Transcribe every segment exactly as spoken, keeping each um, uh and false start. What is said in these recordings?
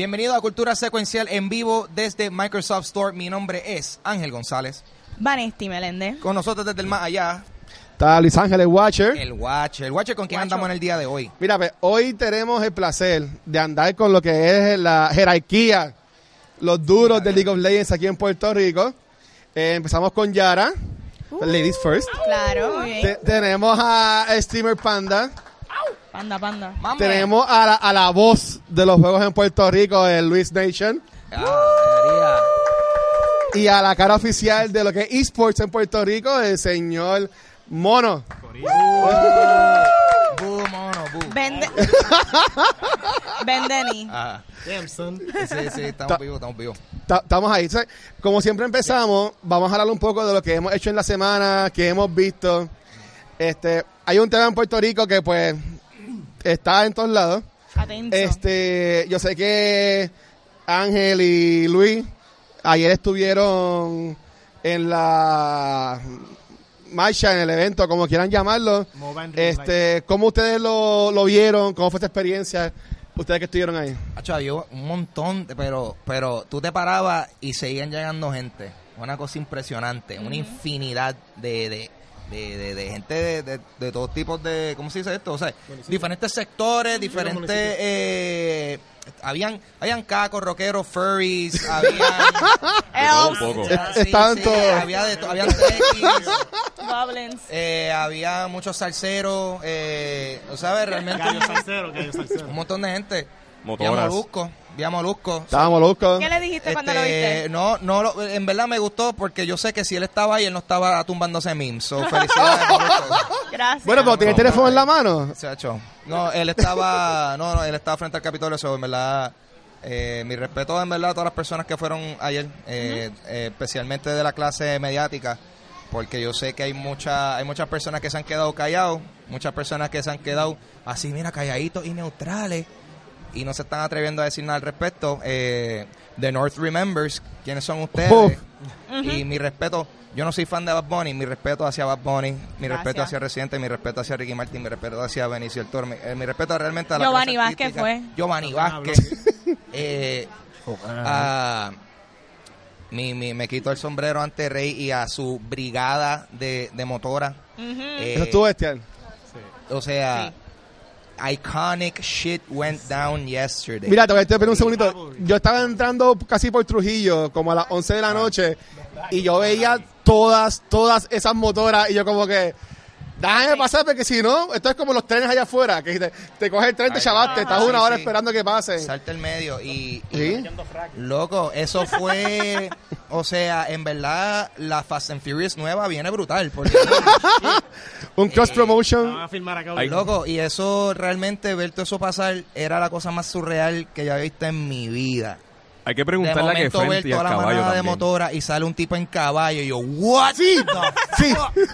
Bienvenido a Cultura Secuencial en vivo desde Microsoft Store. Mi nombre es Ángel González. Vanesti Meléndez. Con nosotros desde el más allá. Está Luis Ángel, el Watcher. El Watcher. El Watcher con quien Watcher. andamos en el día de hoy. Mira, pues, hoy tenemos el placer de andar con lo que es la jerarquía, los duros de League of Legends aquí en Puerto Rico. Eh, empezamos con Yara, Uh, Ladies First. Claro, muy bien. Te- tenemos a Streamer Panda. Panda, panda. Vamos. Tenemos a la, a la voz de los juegos en Puerto Rico, el Luis Nation. Ah, María. Y a la cara oficial de lo que es esports en Puerto Rico, el señor Mono. Bu, mono, bu. Vende. Vendeni. Ah, Damn, son. sí, sí, estamos vivos, estamos vivos. Ta- Estamos ahí. Entonces, como siempre empezamos, vamos a hablar un poco de lo que hemos hecho en la semana, que hemos visto. Este, hay un tema en Puerto Rico que pues está en todos lados. Atento. Este, yo sé que Ángel y Luis ayer estuvieron en la marcha, en el evento, como quieran llamarlo. Mobile Real Este, ¿cómo ustedes lo, lo vieron? ¿Cómo fue esta experiencia? Ustedes que estuvieron ahí. Hacho, había un montón, de- pero, pero tú te parabas y seguían llegando gente. Una cosa impresionante, una infinidad de, de, de, de, de gente de, de, de todos tipos de, ¿cómo se dice esto? O sea, diferentes sectores, diferentes, municipio. eh, habían, habían cacos, rockeros, furries, habían... Elves. Un poco. Ah, Es- estaban sí, todos. había de to- habían trekkies, Goblins. eh, había muchos salseros, eh, ¿sabes? Realmente Gallo un, salsero, gallo salsero. un montón de gente. Motoras. Había moluscos, había moluscos. Estábamos locos. ¿Qué le dijiste cuando lo Este, viste? no, no, lo- en verdad me gustó porque yo sé que si él estaba ahí, él no estaba tumbándose memes. So, felicidades. Molusco. Gracias. Bueno, pero ¿tiene el teléfono en la mano? Chacho. No, él estaba, no, no, él estaba frente al Capitolio, so, en verdad, eh, mi respeto en verdad a todas las personas que fueron ayer, eh, eh, especialmente de la clase mediática, porque yo sé que hay mucha, hay muchas personas que se han quedado callados, muchas personas que se han quedado así, mira, calladitos y neutrales, y no se están atreviendo a decir nada al respecto. Eh, The North Remembers, ¿quiénes son ustedes? Uf. Y mi respeto, yo no soy fan de Bad Bunny, mi respeto hacia Bad Bunny, mi Gracias. respeto hacia Residente, mi respeto hacia Ricky Martin, mi respeto hacia Benicio del Toro, mi, eh, mi respeto realmente a la Giovanni clase Vázquez artística. fue. Giovanni Ah, Vázquez. eh, a- mi, mi- me quito el sombrero ante Rey y a su brigada de, de motora. Ujú. Eh, Eso estuvo bestial. o sea, iconic shit went down yesterday. Mira, te voy a pedir un segundito. Yo estaba entrando casi por Trujillo, como a las once de la noche, y yo veía todas, todas esas motoras, y yo como que, déjame pasar, porque si no, esto es como los trenes allá afuera, que te, te coge el tren, te Ay, chavaste, ajá. estás una Sí, hora sí. esperando que pase. Salta el medio y, y ¿Sí? loco, eso fue, o sea, en verdad la Fast and Furious nueva viene brutal, porque Un cross Van promotion. a filmar acá. Ay, loco, y eso realmente ver todo eso pasar era la cosa más surreal que ya he visto en mi vida. Hay que De preguntarle a qué momento ver frente y al toda la caballo manada de también. motora y sale un tipo en caballo y yo, what? Sí, sí.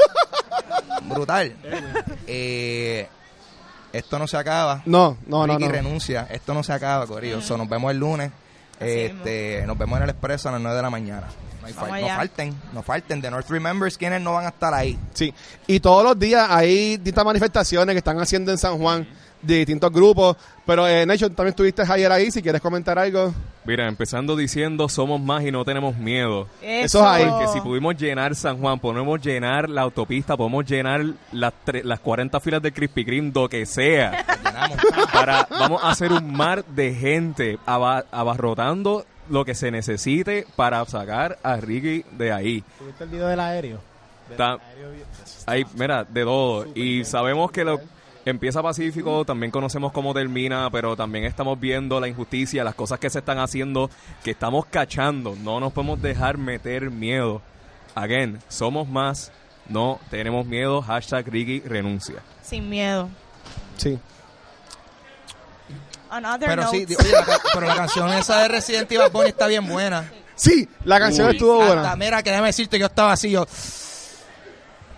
Brutal. Eh, esto no se acaba. No, no, no, Ricky no. renuncia. Esto no se acaba, Corillo. So, nos vemos el lunes. Este, nos vemos en el Expreso a las nueve de la mañana. No, hay fal- Vamos no allá. falten, no falten. The North Remembers, quienes no van a estar ahí. Sí, y todos los días hay distintas manifestaciones que están haciendo en San Juan de distintos grupos, pero eh, Nacho, también estuviste ayer ahí, si quieres comentar algo. Mira, empezando diciendo somos más y no tenemos miedo. Eso es ahí. Porque si pudimos llenar San Juan, podemos llenar la autopista, podemos llenar las, tre- las cuarenta filas de Krispy Kreme, lo que sea. Llenamos. Para, vamos a hacer un mar de gente aba- abarrotando lo que se necesite para sacar a Ricky de ahí. ¿Tuviste el video del aéreo? Del Ta- aéreo vi- Ahí, mira, de todo. Y sabemos que lo empieza pacífico, también conocemos cómo termina, pero también estamos viendo la injusticia, las cosas que se están haciendo, que estamos cachando. No nos podemos dejar meter miedo. Again, somos más, no tenemos miedo. Hashtag Ricky renuncia. Sin miedo. Sí. On other Pero sí, notes. di- oye, la, ca- pero la canción esa de Resident Evil Bunny está bien buena. Sí, la canción Uy. estuvo Hasta, buena. mira, que déjame decirte, yo estaba así, yo...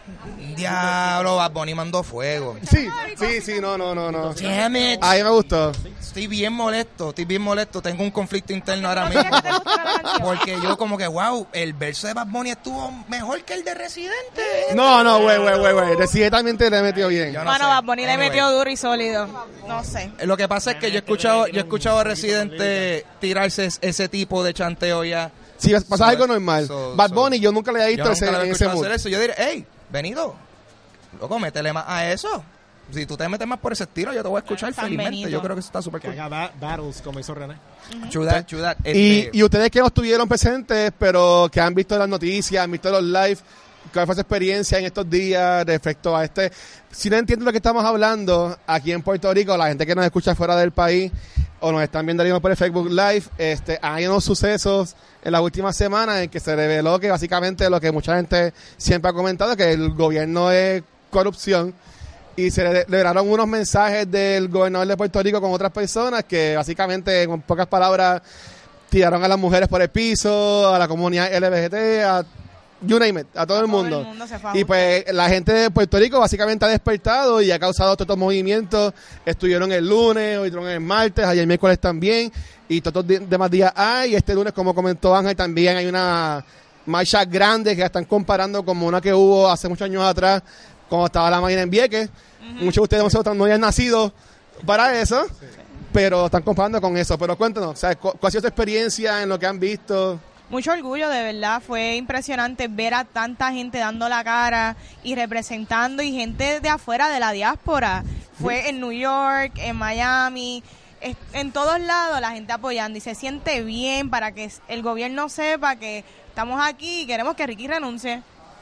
Diablo, Bad Bunny mandó fuego. Sí, sí, sí, no, no, no, no. Damn it. A mí me gustó. Estoy bien molesto, estoy bien molesto. Tengo un conflicto interno ahora mismo. ¿Qué te gustó la canción? Porque yo como que, wow, el verso de Bad Bunny estuvo mejor que el de Residente. No, no, güey, güey, güey, güey. Residente también te le metió bien. Yo no Mano, sé. Bad Bunny le Anyway. metió duro y sólido. No sé. Lo que pasa es que yo he escuchado, yo he escuchado a Residente tirarse es- ese tipo de chanteo ya. Sí, pasa So, algo normal. so, Bad so. Bunny yo nunca le había Yo visto nunca ese, lo había en ese escuchado mood. hacer eso. Yo diré, hey, venido, loco, métele más a eso. Si tú te metes más por ese estilo, yo te voy a escuchar San felizmente. Benito. Yo creo que eso está súper Que cool. haga ba- battles como hizo René. True that, true that. Y, Este, y ustedes que no estuvieron presentes, pero que han visto las noticias, han visto los live, ¿cuál fue su experiencia en estos días respecto a este? Si no entienden lo que estamos hablando, aquí en Puerto Rico, la gente que nos escucha fuera del país o nos están viendo ahora mismo por el Facebook Live, este, hay unos sucesos en las últimas semanas en que se reveló que básicamente lo que mucha gente siempre ha comentado, que el gobierno es corrupción. Y se le liberaron unos mensajes del gobernador de Puerto Rico con otras personas que básicamente, con pocas palabras, tiraron a las mujeres por el piso, a la comunidad L G B T, a you name it, a todo el Todo mundo. el mundo se fue a Y pues la gente de Puerto Rico básicamente ha despertado y ha causado todos estos movimientos. Estuvieron el lunes, hoy estuvieron el martes, ayer miércoles también, y todos los di- demás días hay. Y este lunes, como comentó Ángel, también hay una marcha grande que la están comparando como una que hubo hace muchos años atrás, cuando estaba la máquina en Vieques. Muchos de ustedes nosotros no habían nacido para eso, pero están comparando con eso. Pero cuéntanos, o sea, ¿cu- ¿cuál ha sido tu experiencia en lo que han visto? Mucho orgullo, de verdad. Fue impresionante ver a tanta gente dando la cara y representando, y gente de afuera de la diáspora. Fue en New York, en Miami, es- en todos lados la gente apoyando, y se siente bien para que el gobierno sepa que estamos aquí y queremos que Ricky renuncie.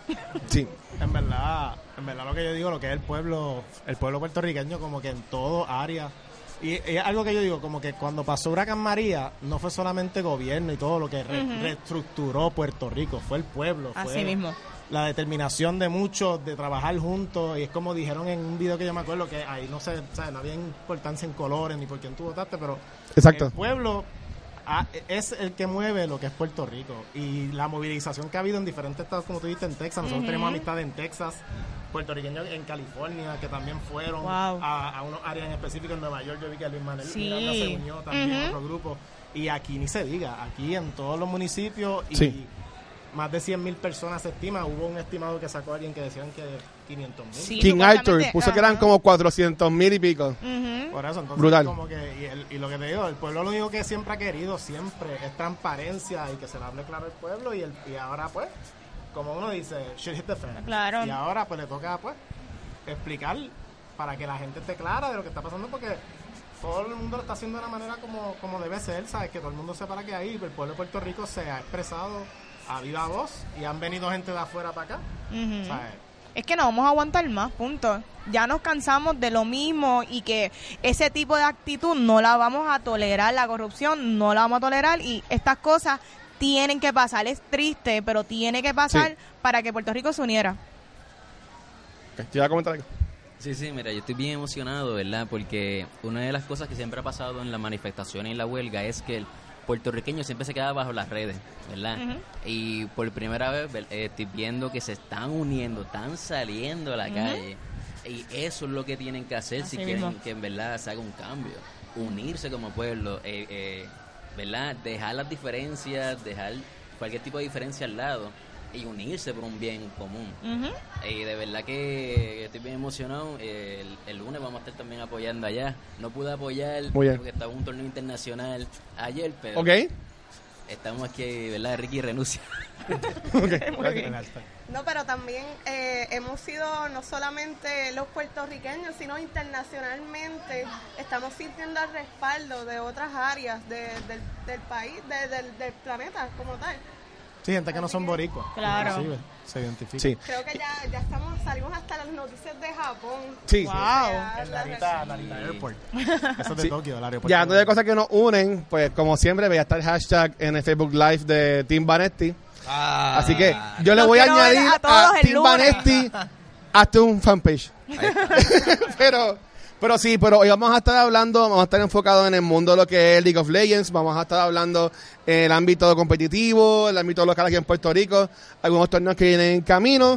Sí. En verdad, en verdad lo que yo digo, lo que es el pueblo, el pueblo puertorriqueño, como que en todo área. Y, y es algo que yo digo, como que cuando pasó Huracán María, no fue solamente gobierno y todo lo que re- Ujú. reestructuró Puerto Rico, fue el pueblo, Así fue mismo. la determinación de muchos de trabajar juntos. Y es como dijeron en un video que yo me acuerdo, que ahí no sé, o sea, no había importancia en colores ni por quién tú votaste, pero Exacto. el pueblo ah, es el que mueve lo que es Puerto Rico, y la movilización que ha habido en diferentes estados, como tú dijiste, en Texas. Nosotros Ujú. tenemos amistad en Texas, puertorriqueños en California que también fueron Wow. a, a unos áreas en específico. En Nueva York yo vi que Luis Manuel Sí. Miranda se unió también, Ujú. otro grupo, y aquí ni se diga, aquí en todos los municipios, y Sí. más de cien mil personas se estima. Hubo un estimado que sacó alguien que decían que quinientos mil. Sí. King supuestamente, Arthur puso que eran ajá. como cuatrocientos mil y pico. Ujú. Por eso, entonces, Brutal. como que, y, el- y lo que te digo, el pueblo lo único que siempre ha querido, siempre, es transparencia y que se le hable claro al pueblo. Y, el, y ahora, pues, como uno dice, shit hit the fan. Claro. Y ahora, pues, le toca, pues, explicar para que la gente esté clara de lo que está pasando, porque todo el mundo lo está haciendo de la manera como, como debe ser, ¿sabes? Que todo el mundo sepa la que hay. El pueblo de Puerto Rico se ha expresado a viva voz y han venido gente de afuera para acá, Ujú. ¿sabes? Es que no vamos a aguantar más, punto. Ya nos cansamos de lo mismo, y que ese tipo de actitud no la vamos a tolerar, la corrupción no la vamos a tolerar, y estas cosas tienen que pasar. Es triste, pero tiene que pasar Sí. para que Puerto Rico se uniera. Okay, te iba a comentar algo. Sí, sí, mira, yo estoy bien emocionado, ¿verdad? Porque una de las cosas que siempre ha pasado en las manifestaciones y la huelga es que el puertorriqueño siempre se queda bajo las redes, ¿verdad? Ujú. Y por primera vez ver- eh, estoy viendo que se están uniendo, están saliendo a la Ujú. calle. Y eso es lo que tienen que hacer Así si quieren mismo. que en verdad se haga un cambio. Unirse como pueblo, eh, eh, ¿verdad? Dejar las diferencias, dejar cualquier tipo de diferencia al lado y unirse por un bien común. Ujú. Y de verdad que estoy bien emocionado. El, el lunes vamos a estar también apoyando allá. No pude apoyar Muy bien. porque estaba en un torneo internacional ayer, pero Ok. estamos aquí, ¿verdad? Ricky renuncia. Muy bien. No, pero también eh, hemos sido no solamente los puertorriqueños, sino internacionalmente estamos sintiendo el respaldo de otras áreas de- del, del país, de- del, del planeta como tal. Sí, gente que no son boricuas. Claro. inclusive, se identifica. Sí. Creo que ya, ya estamos, salimos hasta las noticias de Japón. Sí. Wow. Ya, El la- Narita, Narita Airport. Eso es de Sí. Tokio, el aeropuerto. Ya, entonces de cosas que nos unen, pues como siempre, voy a estar el hashtag en el Facebook Live de Team Vanetti. Ah, Así que yo le Los voy a quiero ver añadir a a, todos el Team lunes. Vanetti hasta un fanpage. pero, pero sí, pero hoy vamos a estar hablando, vamos a estar enfocados en el mundo de lo que es League of Legends, vamos a estar hablando en el ámbito competitivo, el ámbito local aquí en Puerto Rico, algunos torneos que vienen en camino,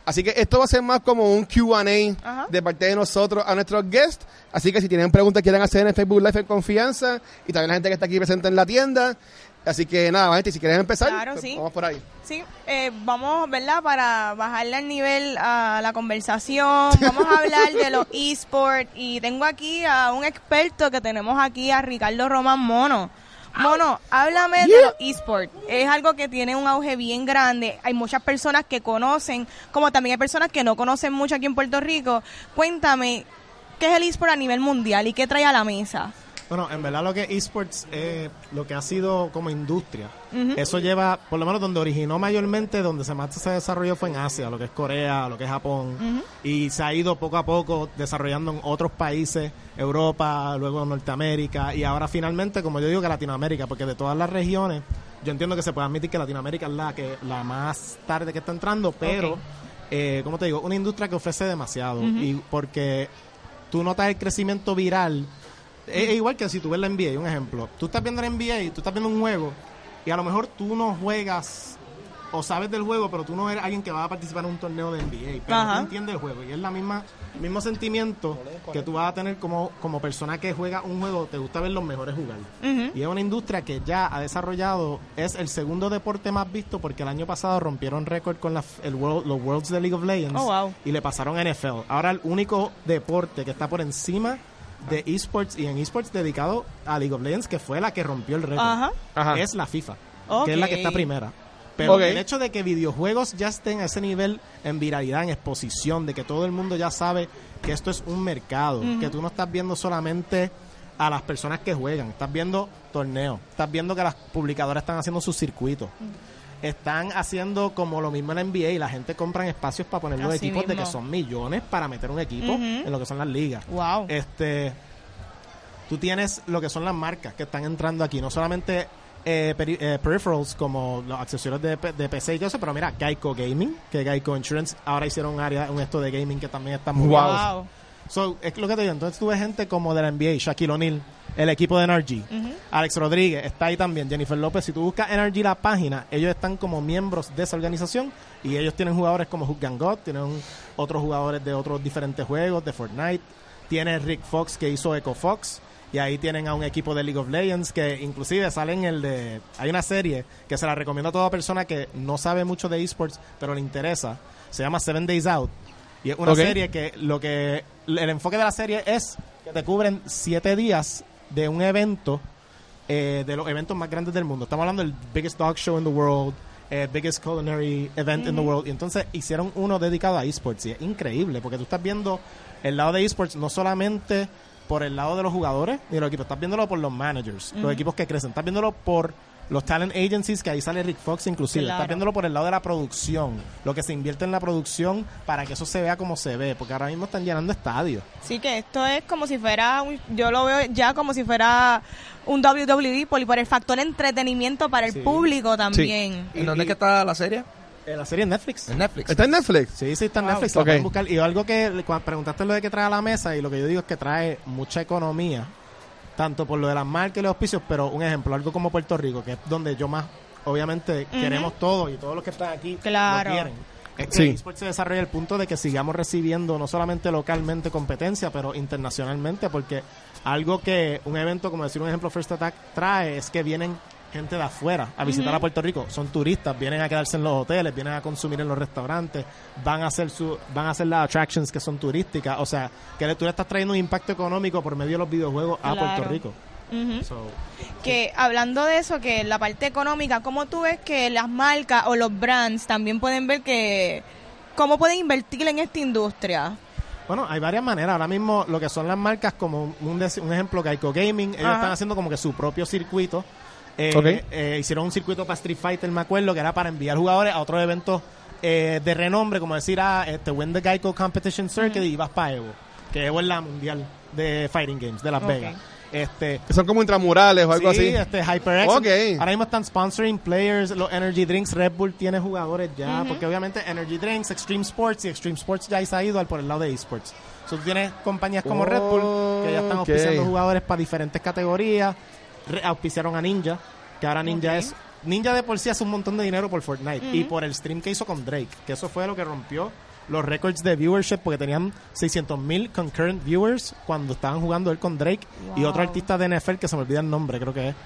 Así que esto va a ser más como un Q and A Ajá. de parte de nosotros a nuestros guests. Así que si tienen preguntas que quieran hacer en el Facebook Live en confianza, y también la gente que está aquí presente en la tienda. Así que nada, gente, si quieren empezar, Claro, pues sí. vamos por ahí. Sí, eh, vamos, ¿verdad? Para bajarle el nivel a la conversación, vamos a hablar de los eSports y tengo aquí a un experto que tenemos aquí, a Ricardo Román Mono. Mono, háblame de los eSports. Es algo que tiene un auge bien grande. Hay muchas personas que conocen, como también hay personas que no conocen mucho aquí en Puerto Rico. Cuéntame, ¿qué es el eSport a nivel mundial y qué trae a la mesa? Bueno, en verdad lo que eSports es lo que ha sido como industria. Ujú. Eso lleva, por lo menos donde originó mayormente, donde se más se desarrolló fue en Asia, lo que es Corea, lo que es Japón. Ujú. Y se ha ido poco a poco desarrollando en otros países, Europa, luego Norteamérica y ahora finalmente, como yo digo, que Latinoamérica, porque de todas las regiones, yo entiendo que se puede admitir que Latinoamérica es la que la más tarde que está entrando, pero, Ok. eh, como te digo, una industria que ofrece demasiado. Ujú. Y porque tú notas el crecimiento viral. Es, es igual que si tú ves la N B A, un ejemplo. Tú estás viendo la N B A, tú estás viendo un juego y a lo mejor tú no juegas o sabes del juego, pero tú no eres alguien que va a participar en un torneo de N B A, pero Ajá. tú entiendes el juego y es la misma mismo sentimiento que tú vas a tener como, como persona que juega un juego, te gusta ver los mejores jugar. Ujú. Y es una industria que ya ha desarrollado, es el segundo deporte más visto porque el año pasado rompieron récord con la, el World, los Worlds de League of Legends Oh, wow. y le pasaron a N F L. Ahora el único deporte que está por encima de esports y en esports dedicado a League of Legends, que fue la que rompió el récord, Ajá. Ajá. es la FIFA, Ok. que es la que está primera. Pero Ok. el hecho de que videojuegos ya estén a ese nivel en viralidad, en exposición, de que todo el mundo ya sabe que esto es un mercado, Ujú. que tú no estás viendo solamente a las personas que juegan, estás viendo torneos, estás viendo que las publicadoras están haciendo sus circuitos. Están haciendo como lo mismo en la N B A y la gente compra espacios para poner los Así equipos de mismo. que son millones para meter un equipo Ujú. en lo que son las ligas. Wow. Este, tú tienes lo que son las marcas que están entrando aquí, no solamente eh, peri- eh, peripherals como los accesorios de, P- de P C y todo eso, pero mira, Geico Gaming, que Geico Insurance ahora hicieron un área, un esto de gaming que también está muy Wow. bien. Wow. So, es lo que te digo, entonces tú ves gente como de la N B A, Shaquille O'Neal, el equipo de N R G, Ujú. Alex Rodríguez, está ahí también, Jennifer López. Si tú buscas N R G la página, ellos están como miembros de esa organización y ellos tienen jugadores como Hook God, tienen otros jugadores de otros diferentes juegos, de Fortnite, tiene Rick Fox que hizo Echo Fox y ahí tienen a un equipo de League of Legends que inclusive salen el de... Hay una serie que se la recomiendo a toda persona que no sabe mucho de esports, pero le interesa, se llama Seven Days Out. Y es una Ok. serie que lo que el enfoque de la serie es que te cubren siete días de un evento, eh, de los eventos más grandes del mundo. Estamos hablando del biggest dog show in the world, eh, biggest culinary event in the world. Y entonces hicieron uno dedicado a esports. Y es increíble porque tú estás viendo el lado de esports no solamente por el lado de los jugadores ni de los equipos, estás viéndolo por los managers, los equipos que crecen, estás viéndolo por los talent agencies, que ahí sale Rick Fox inclusive, Claro. estás viéndolo por el lado de la producción, lo que se invierte en la producción para que eso se vea como se ve, porque ahora mismo están llenando estadios. Sí, que esto es como si fuera, un- yo lo veo ya como si fuera un W W E por, por el factor entretenimiento para el Sí. público también. ¿En dónde es que está la serie? Eh, la serie en Netflix. En Netflix. ¿Está en Netflix? Sí, sí, está en Wow. Netflix, la Ok. pueden buscar. Y algo que, cuando preguntaste lo de que trae a la mesa, y lo que yo digo es que trae mucha economía, tanto por lo de las marcas y los auspicios, pero un ejemplo, algo como Puerto Rico, que es donde yo más, obviamente, Ujú. queremos todo y todos los que están aquí Claro. lo quieren. Es que Sí. el eSports se desarrolla al punto de que sigamos recibiendo no solamente localmente competencia, pero internacionalmente, porque algo que un evento, como decir un ejemplo, First Attack trae, es que vienen gente de afuera a visitar Ujú. a Puerto Rico. Son turistas, vienen a quedarse en los hoteles, vienen a consumir en los restaurantes, van a hacer su, van a hacer las attractions que son turísticas. O sea, que le- tú le estás trayendo un impacto económico por medio de los videojuegos a Claro. Puerto Rico. Ujú. So, Que hablando de eso, que la parte económica, ¿cómo tú ves que las marcas o los brands también pueden ver que cómo pueden invertir en esta industria? Bueno, hay varias maneras. Ahora mismo lo que son las marcas, como un, dec- un ejemplo, Geico Gaming, ellos Ajá. están haciendo como que su propio circuito. Eh, Ok. eh, hicieron un circuito para Street Fighter, me acuerdo, que era para enviar jugadores a otros eventos eh, de renombre, como decir, ah, este, Win the Geico Competition Circuit y vas para Evo, que Evo es la mundial de Fighting Games de Las Ok. Vegas. Este, Que son como intramurales o algo sí, así. este HyperX. Ok. Ahora mismo están sponsoring players, los Energy Drinks. Red Bull tiene jugadores ya, Ujú. porque obviamente Energy Drinks, Extreme Sports y Extreme Sports ya se ha ido al por el lado de esports. So, tú tienes compañías como Red Bull que ya están Ok. auspiciando jugadores para diferentes categorías. Re- auspiciaron a Ninja, que ahora Ninja Ok. es... Ninja de por sí hace un montón de dinero por Fortnite Ujú. y por el stream que hizo con Drake, que eso fue lo que rompió los records de viewership porque tenían seiscientos mil concurrent viewers cuando estaban jugando él con Drake wow. y otro artista de N F L que se me olvida el nombre, creo que es.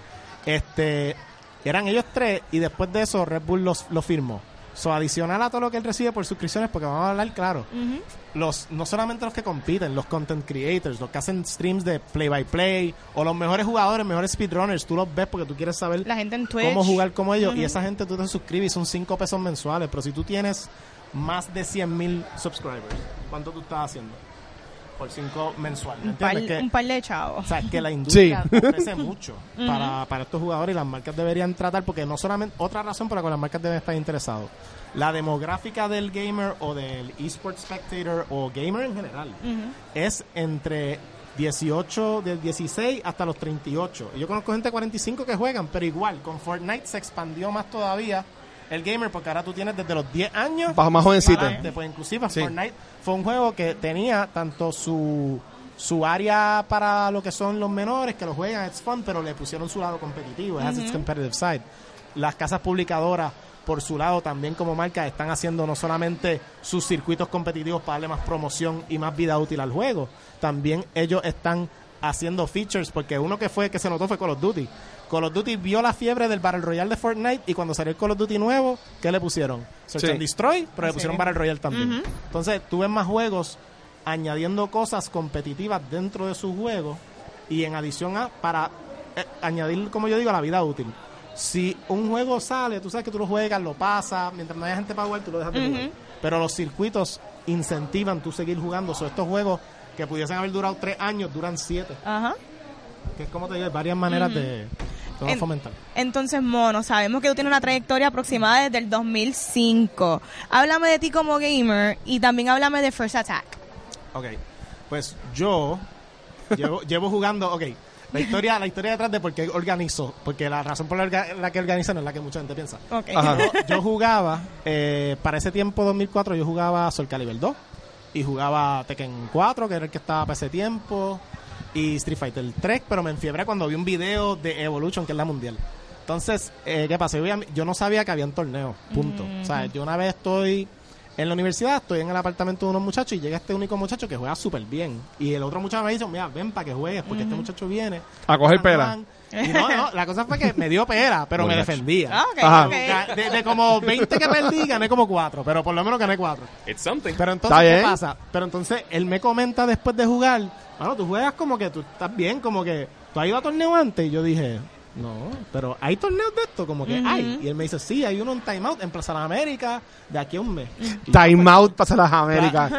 Este, eran ellos tres y después de eso Red Bull los, lo firmó. So, adicional a todo lo que él recibe por suscripciones, porque vamos a hablar claro, uh-huh. los no solamente los que compiten, los content creators, los que hacen streams de play by play, o los mejores jugadores, mejores speedrunners, tú los ves porque tú quieres saber la gente en Twitch, cómo jugar como ellos, uh-huh. y esa gente tú te suscribes y son cinco pesos mensuales, pero si tú tienes más de cien mil subscribers, ¿cuánto tú estás haciendo? Por cinco mensuales. Un par, que, un par de chavos. O sea, que la industria sí. ofrece mucho uh-huh. para, para estos jugadores y las marcas deberían tratar, porque no solamente, otra razón por la cual las marcas deben estar interesadas, la demográfica del gamer o del eSport spectator o gamer en general uh-huh. es entre dieciocho, del dieciséis hasta los treinta y ocho. Yo conozco gente de cuarenta y cinco que juegan, pero igual, con Fortnite se expandió más todavía el gamer, porque ahora tú tienes desde los diez años bajo más jovencito. Pues inclusive sí. Fortnite fue un juego que tenía tanto su su área para lo que son los menores que lo juegan, it's fun, pero le pusieron su lado competitivo, it has uh-huh. its competitive side. Las casas publicadoras por su lado también como marca están haciendo no solamente sus circuitos competitivos para darle más promoción y más vida útil al juego, también ellos están haciendo features, porque uno que fue que se notó fue Call of Duty. Call of Duty vio la fiebre del Battle Royale de Fortnite y cuando salió el Call of Duty nuevo, ¿qué le pusieron? Search sí. and Destroy, pero le pusieron sí. Battle Royale también. Uh-huh. Entonces, tú ves más juegos añadiendo cosas competitivas dentro de sus juegos y en adición a, para eh, añadir, como yo digo, la vida útil. Si un juego sale, tú sabes que tú lo juegas, lo pasas, mientras no haya gente para jugar, tú lo dejas de uh-huh. jugar. Pero los circuitos incentivan tú seguir jugando. So, estos juegos que pudiesen haber durado tres años, duran siete. Ajá. Que es como te digo, hay varias maneras uh-huh. de, de en, fomentar. Entonces, Mono, sabemos que tú tienes una trayectoria aproximada desde el dos mil cinco. Háblame de ti como gamer y también háblame de First Attack. Ok, pues yo llevo, llevo jugando, ok, la historia la historia detrás de por qué organizo, porque la razón por la, orga, la que organizo no es la que mucha gente piensa. Okay. Yo, yo jugaba, eh, para ese tiempo, dos mil cuatro, yo jugaba Soul Calibur dos y jugaba Tekken cuatro, que era el que estaba para ese tiempo, y Street Fighter tres, pero me enfiebré cuando vi un video de Evolution, que es la mundial. Entonces, eh, ¿qué pasa? Yo, yo no sabía que habían torneos, punto. Mm-hmm. O sea, yo una vez estoy en la universidad, estoy en el apartamento de unos muchachos y llega este único muchacho que juega súper bien. Y el otro muchacho me dice, mira, ven para que juegues, porque uh-huh. este muchacho viene a coger pela. Y no, no, la cosa fue que me dio pera, pero me defendía. Ah, okay, okay. De, de como veinte que perdí, gané como cuatro, pero por lo menos gané cuatro. It's something. Pero entonces, ¿qué pasa? Pero entonces, él me comenta después de jugar, bueno, tú juegas como que tú estás bien, como que tú has ido a torneo antes. Y yo dije, no, pero ¿hay torneos de esto? Como que uh-huh. hay. Y él me dice, sí, hay uno en Time Out en Plaza Las Américas de aquí a un mes. Time Out, Plaza Las Américas.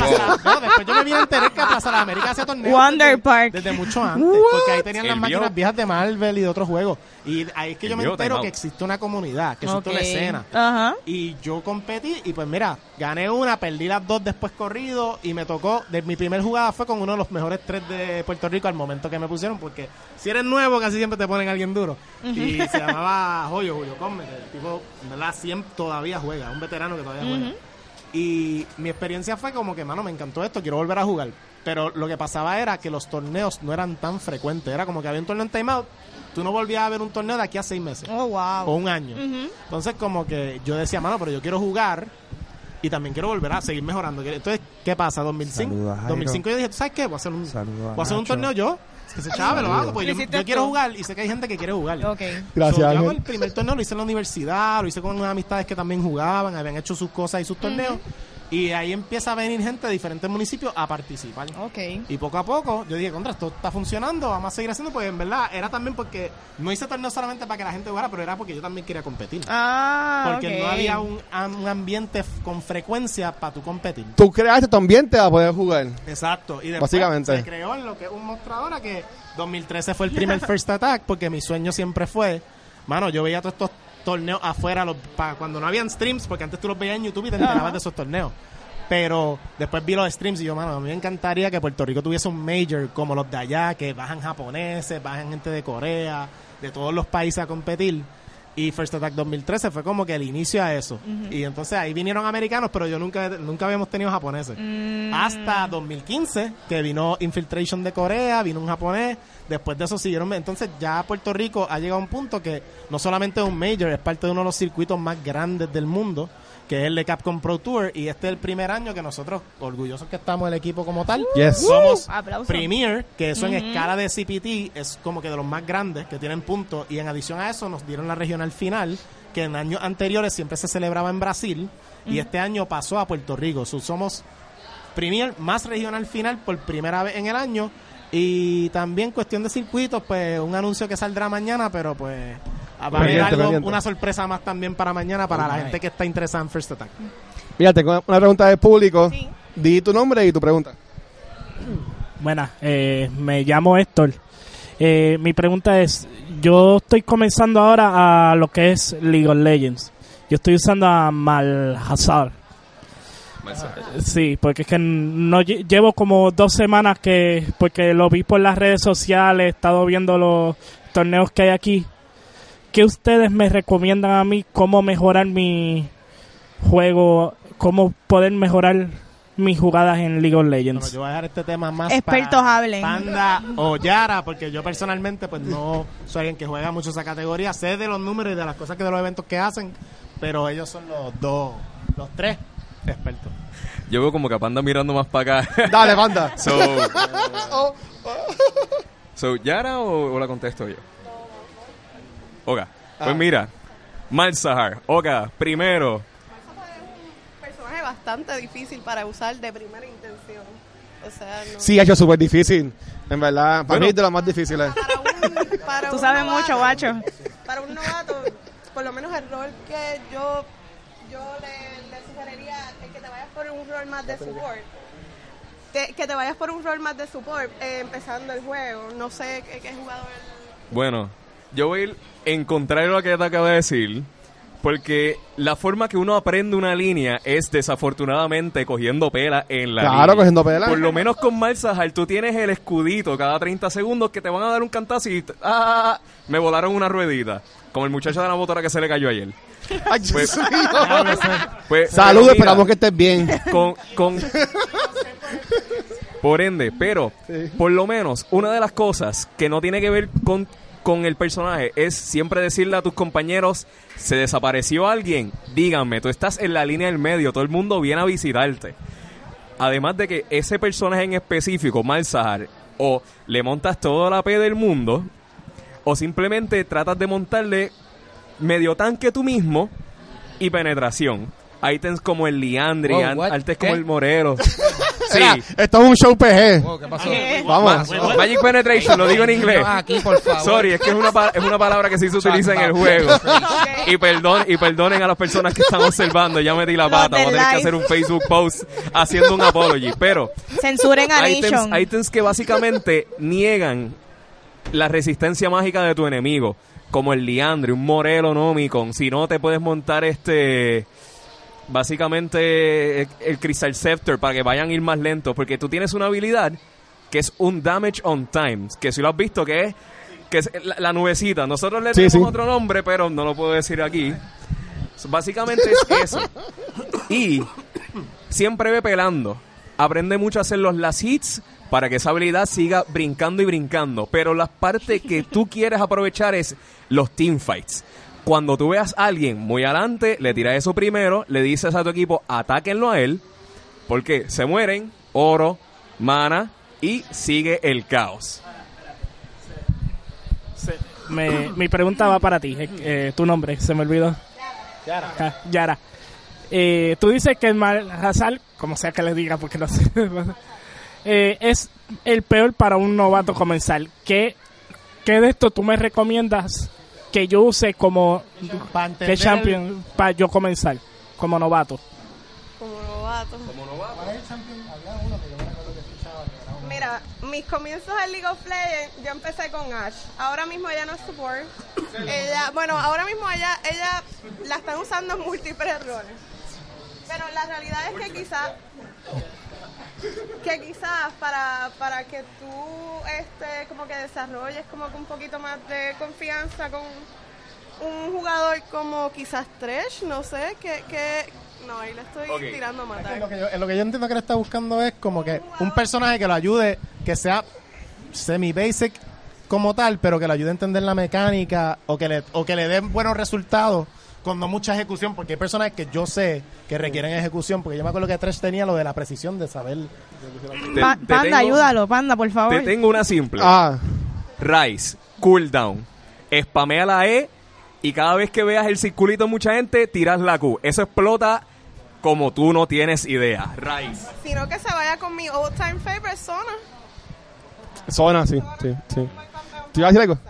No, después yo me vine a enterar que Plaza Las Américas hacía torneos Wonder desde, Park. desde mucho antes. What? Porque ahí tenían las El máquinas viejo. viejas de Marvel y de otros juegos. Y ahí es que El yo me viejo entero Time que Out. existe una comunidad, que existe Okay. una escena. Ajá. Y yo competí y pues mira, gané una, perdí las dos después corrido y me tocó, de mi primer jugada fue con uno de los mejores tres de Puerto Rico al momento que me pusieron, porque si eres nuevo casi siempre te ponen a alguien duro. Y se llamaba Joyo, Julio Cosme, que el tipo, en verdad, siempre todavía juega, un veterano que todavía juega. Y mi experiencia fue como que, mano, me encantó esto, quiero volver a jugar. Pero lo que pasaba era que los torneos no eran tan frecuentes, era como que había un torneo en Time Out, tú no volvías a ver un torneo de aquí a seis meses. Oh, wow. O un año. Uh-huh. Entonces, como que yo decía, mano, pero yo quiero jugar y también quiero volver a seguir mejorando. Entonces, ¿qué pasa? dos mil cinco, Saluda, Jairo. dos mil cinco yo dije, ¿tú sabes qué? Voy a hacer un, Saluda, voy a hacer un Nacho. torneo yo. Que se chave, lo hago, porque yo, Hiciste yo quiero tú. jugar y sé que hay gente que quiere jugar. Ok. Gracias, So, yo hago Ángel. el primer torneo, lo hice en la universidad, lo hice con unas amistades que también jugaban, habían hecho sus cosas y sus torneos. Y ahí empieza a venir gente de diferentes municipios a participar. Ok. Y poco a poco yo dije, contra, esto está funcionando, vamos a seguir haciendo, pues en verdad era también porque no hice torneos solamente para que la gente jugara, pero era porque yo también quería competir. Ah, Porque ok. no había un, un ambiente f- con frecuencia para tu competir. Tú creaste tu ambiente para poder jugar. Exacto. Y después Básicamente. se creó en lo que es un mostrador que dos mil trece fue el primer First Attack, porque mi sueño siempre fue, mano, yo veía todos estos torneos afuera los, pa, cuando no habían streams, porque antes tú los veías en YouTube y te enterabas de esos torneos. Pero después vi los streams y yo, mano, a mí me encantaría que Puerto Rico tuviese un major como los de allá, que bajan japoneses, bajan gente de Corea, de todos los países a competir. Y First Attack dos mil trece fue como que el inicio a eso. Uh-huh. Y entonces ahí vinieron americanos, pero yo nunca nunca habíamos tenido japoneses. Mm. Hasta dos mil quince, que vino Infiltration de Corea, vino un japonés, Después de eso siguieron. Entonces ya Puerto Rico ha llegado a un punto que no solamente es un major, es parte de uno de los circuitos más grandes del mundo, que es el de Capcom Pro Tour, y este es el primer año que nosotros, orgullosos que estamos del equipo como tal, Yes. somos Uh, aplausos. Premier, que eso Ujú. en escala de C P T es como que de los más grandes, que tienen puntos, y en adición a eso nos dieron la regional final, que en años anteriores siempre se celebraba en Brasil, y este año pasó a Puerto Rico. So, somos Premier más regional final por primera vez en el año. Y también cuestión de circuitos, pues un anuncio que saldrá mañana, pero pues va a haber Pendiente, algo, pendiente. una sorpresa más también para mañana para la gente que está interesada en First Attack. Fíjate, con una pregunta del público. Sí. Di tu nombre y tu pregunta. Buenas, eh, me llamo Héctor. Eh, mi pregunta es, yo estoy comenzando ahora a lo que es League of Legends. Yo estoy usando a Malhazard. Sí, porque es que no lle- llevo como dos semanas que, porque lo vi por las redes sociales, he estado viendo los torneos que hay aquí. ¿Qué ustedes me recomiendan a mí cómo mejorar mi juego, cómo poder mejorar mis jugadas en League of Bueno, Legends? yo voy a dejar este tema más Expertos para hablen. Panda o Yara, porque yo personalmente pues no soy alguien que juega mucho esa categoría. Sé de los números y de las cosas que de los eventos que hacen, pero ellos son los dos, los tres expertos. Yo veo como que Panda mirando más para acá. Dale, banda. So, so ¿Yara o, o la contesto yo? Oga, pues Ah. mira, Malzahar, Oga, primero, Personaje bastante difícil para usar de primera intención. O sea, no. Sí, ha hecho súper difícil. En verdad, para Bueno. mí es de los más difíciles. Para un, para Tú un sabes novato- mucho, guacho. Para un novato, por lo menos el rol que yo yo le, le sugeriría es que te vayas por un rol más de support. Te- que te vayas por un rol más de support eh, empezando el juego. No sé qué, qué jugador. bueno, yo voy a ir en contrario a lo que te acabo de decir, porque la forma que uno aprende una línea es desafortunadamente cogiendo pela en la Claro, línea. cogiendo pela. Por lo menos con Malzahar tú tienes el escudito cada treinta segundos que te van a dar un cantazo y t- ¡ah! Me volaron una ruedita, como el muchacho de la motora que se le cayó ayer. Ay, Pues- Dios mío. Pues, Saludos, pero mira, esperamos que estés bien. con, con por ende, pero Sí. por lo menos una de las cosas que no tiene que ver con, con el personaje es siempre decirle a tus compañeros, se desapareció alguien, díganme, tú estás en la línea del medio, todo el mundo viene a visitarte. Además de que ese personaje en específico, Malzahar, o le montas toda la P del mundo, o simplemente tratas de montarle medio tanque tú mismo y penetración. Ítems como el Liandry, Wow, an- what? artes como ¿Qué? el Morero. Sí. Mira, esto es un show P G. Oh, ¿qué pasó? ¿Qué? Vamos. Ma- Magic Penetration, lo digo en inglés. Aquí, por favor. Sorry, es que es una, pa- es una palabra que sí se utiliza en el juego. Y perdón y perdonen a las personas que están observando, ya metí la Los pata, voy a del tener que live. hacer un Facebook post haciendo un apology. Pero Censuren a items, Nation. items que básicamente niegan la resistencia mágica de tu enemigo, como el Liandry, un Morelo Nomicon. Si no, te puedes montar este... Básicamente el, el Crystal Scepter para que vayan a ir más lentos, porque tú tienes una habilidad que es un damage on time, que si lo has visto que es que es la, la nubecita. Nosotros le Sí, tenemos sí. otro nombre, pero no lo puedo decir aquí. Básicamente es eso. Y siempre ve pelando. Aprende mucho a hacer los last hits para que esa habilidad siga brincando y brincando. Pero la parte que tú quieres aprovechar es los teamfights. Cuando tú veas a alguien muy adelante, le tiras eso primero, le dices a tu equipo, atáquenlo a él, porque se mueren, oro, mana, y sigue el caos. Se- me- mi pregunta va para ti. eh, eh, tu nombre, se me olvidó. Yara. Ah, Yara. Eh, tú dices que el Malhazard, como sea que le diga, porque no sé, eh, es el peor para un novato comenzar. ¿Qué, qué de esto tú me recomiendas que yo use como Para que entender champion para yo comenzar como novato? Como novato. Mira, mis comienzos en League of Legends, yo empecé con Ash. Ahora mismo ella no es support. Ella, bueno, ahora mismo ella, ella la están usando en múltiples roles. Pero la realidad es que quizás, que quizás para, para que tú este, como que desarrolles como que un poquito más de confianza con un jugador como quizás Thresh, no sé, que, que no, ahí le estoy Ok. tirando a Es matar. lo, que yo, es lo que yo entiendo que le está buscando es como que un personaje que lo ayude, que sea semi-basic como tal, pero que le ayude a entender la mecánica o que le, o que le den buenos resultados con no mucha ejecución, porque hay personas que yo sé que requieren ejecución, porque yo me acuerdo que Tresh tenía lo de la precisión de saber. Te- Pa- te panda, tengo- ayúdalo, Panda, por favor. Te tengo una simple. Ah, Rise, cooldown. Spamea la E y cada vez que veas el circulito de mucha gente, tiras la Q. Eso explota como tú no tienes idea. Rise. Sino que se vaya con mi old time favorite Zona. Zona, sí, sí, sí. ¿Te ibas a decir algo?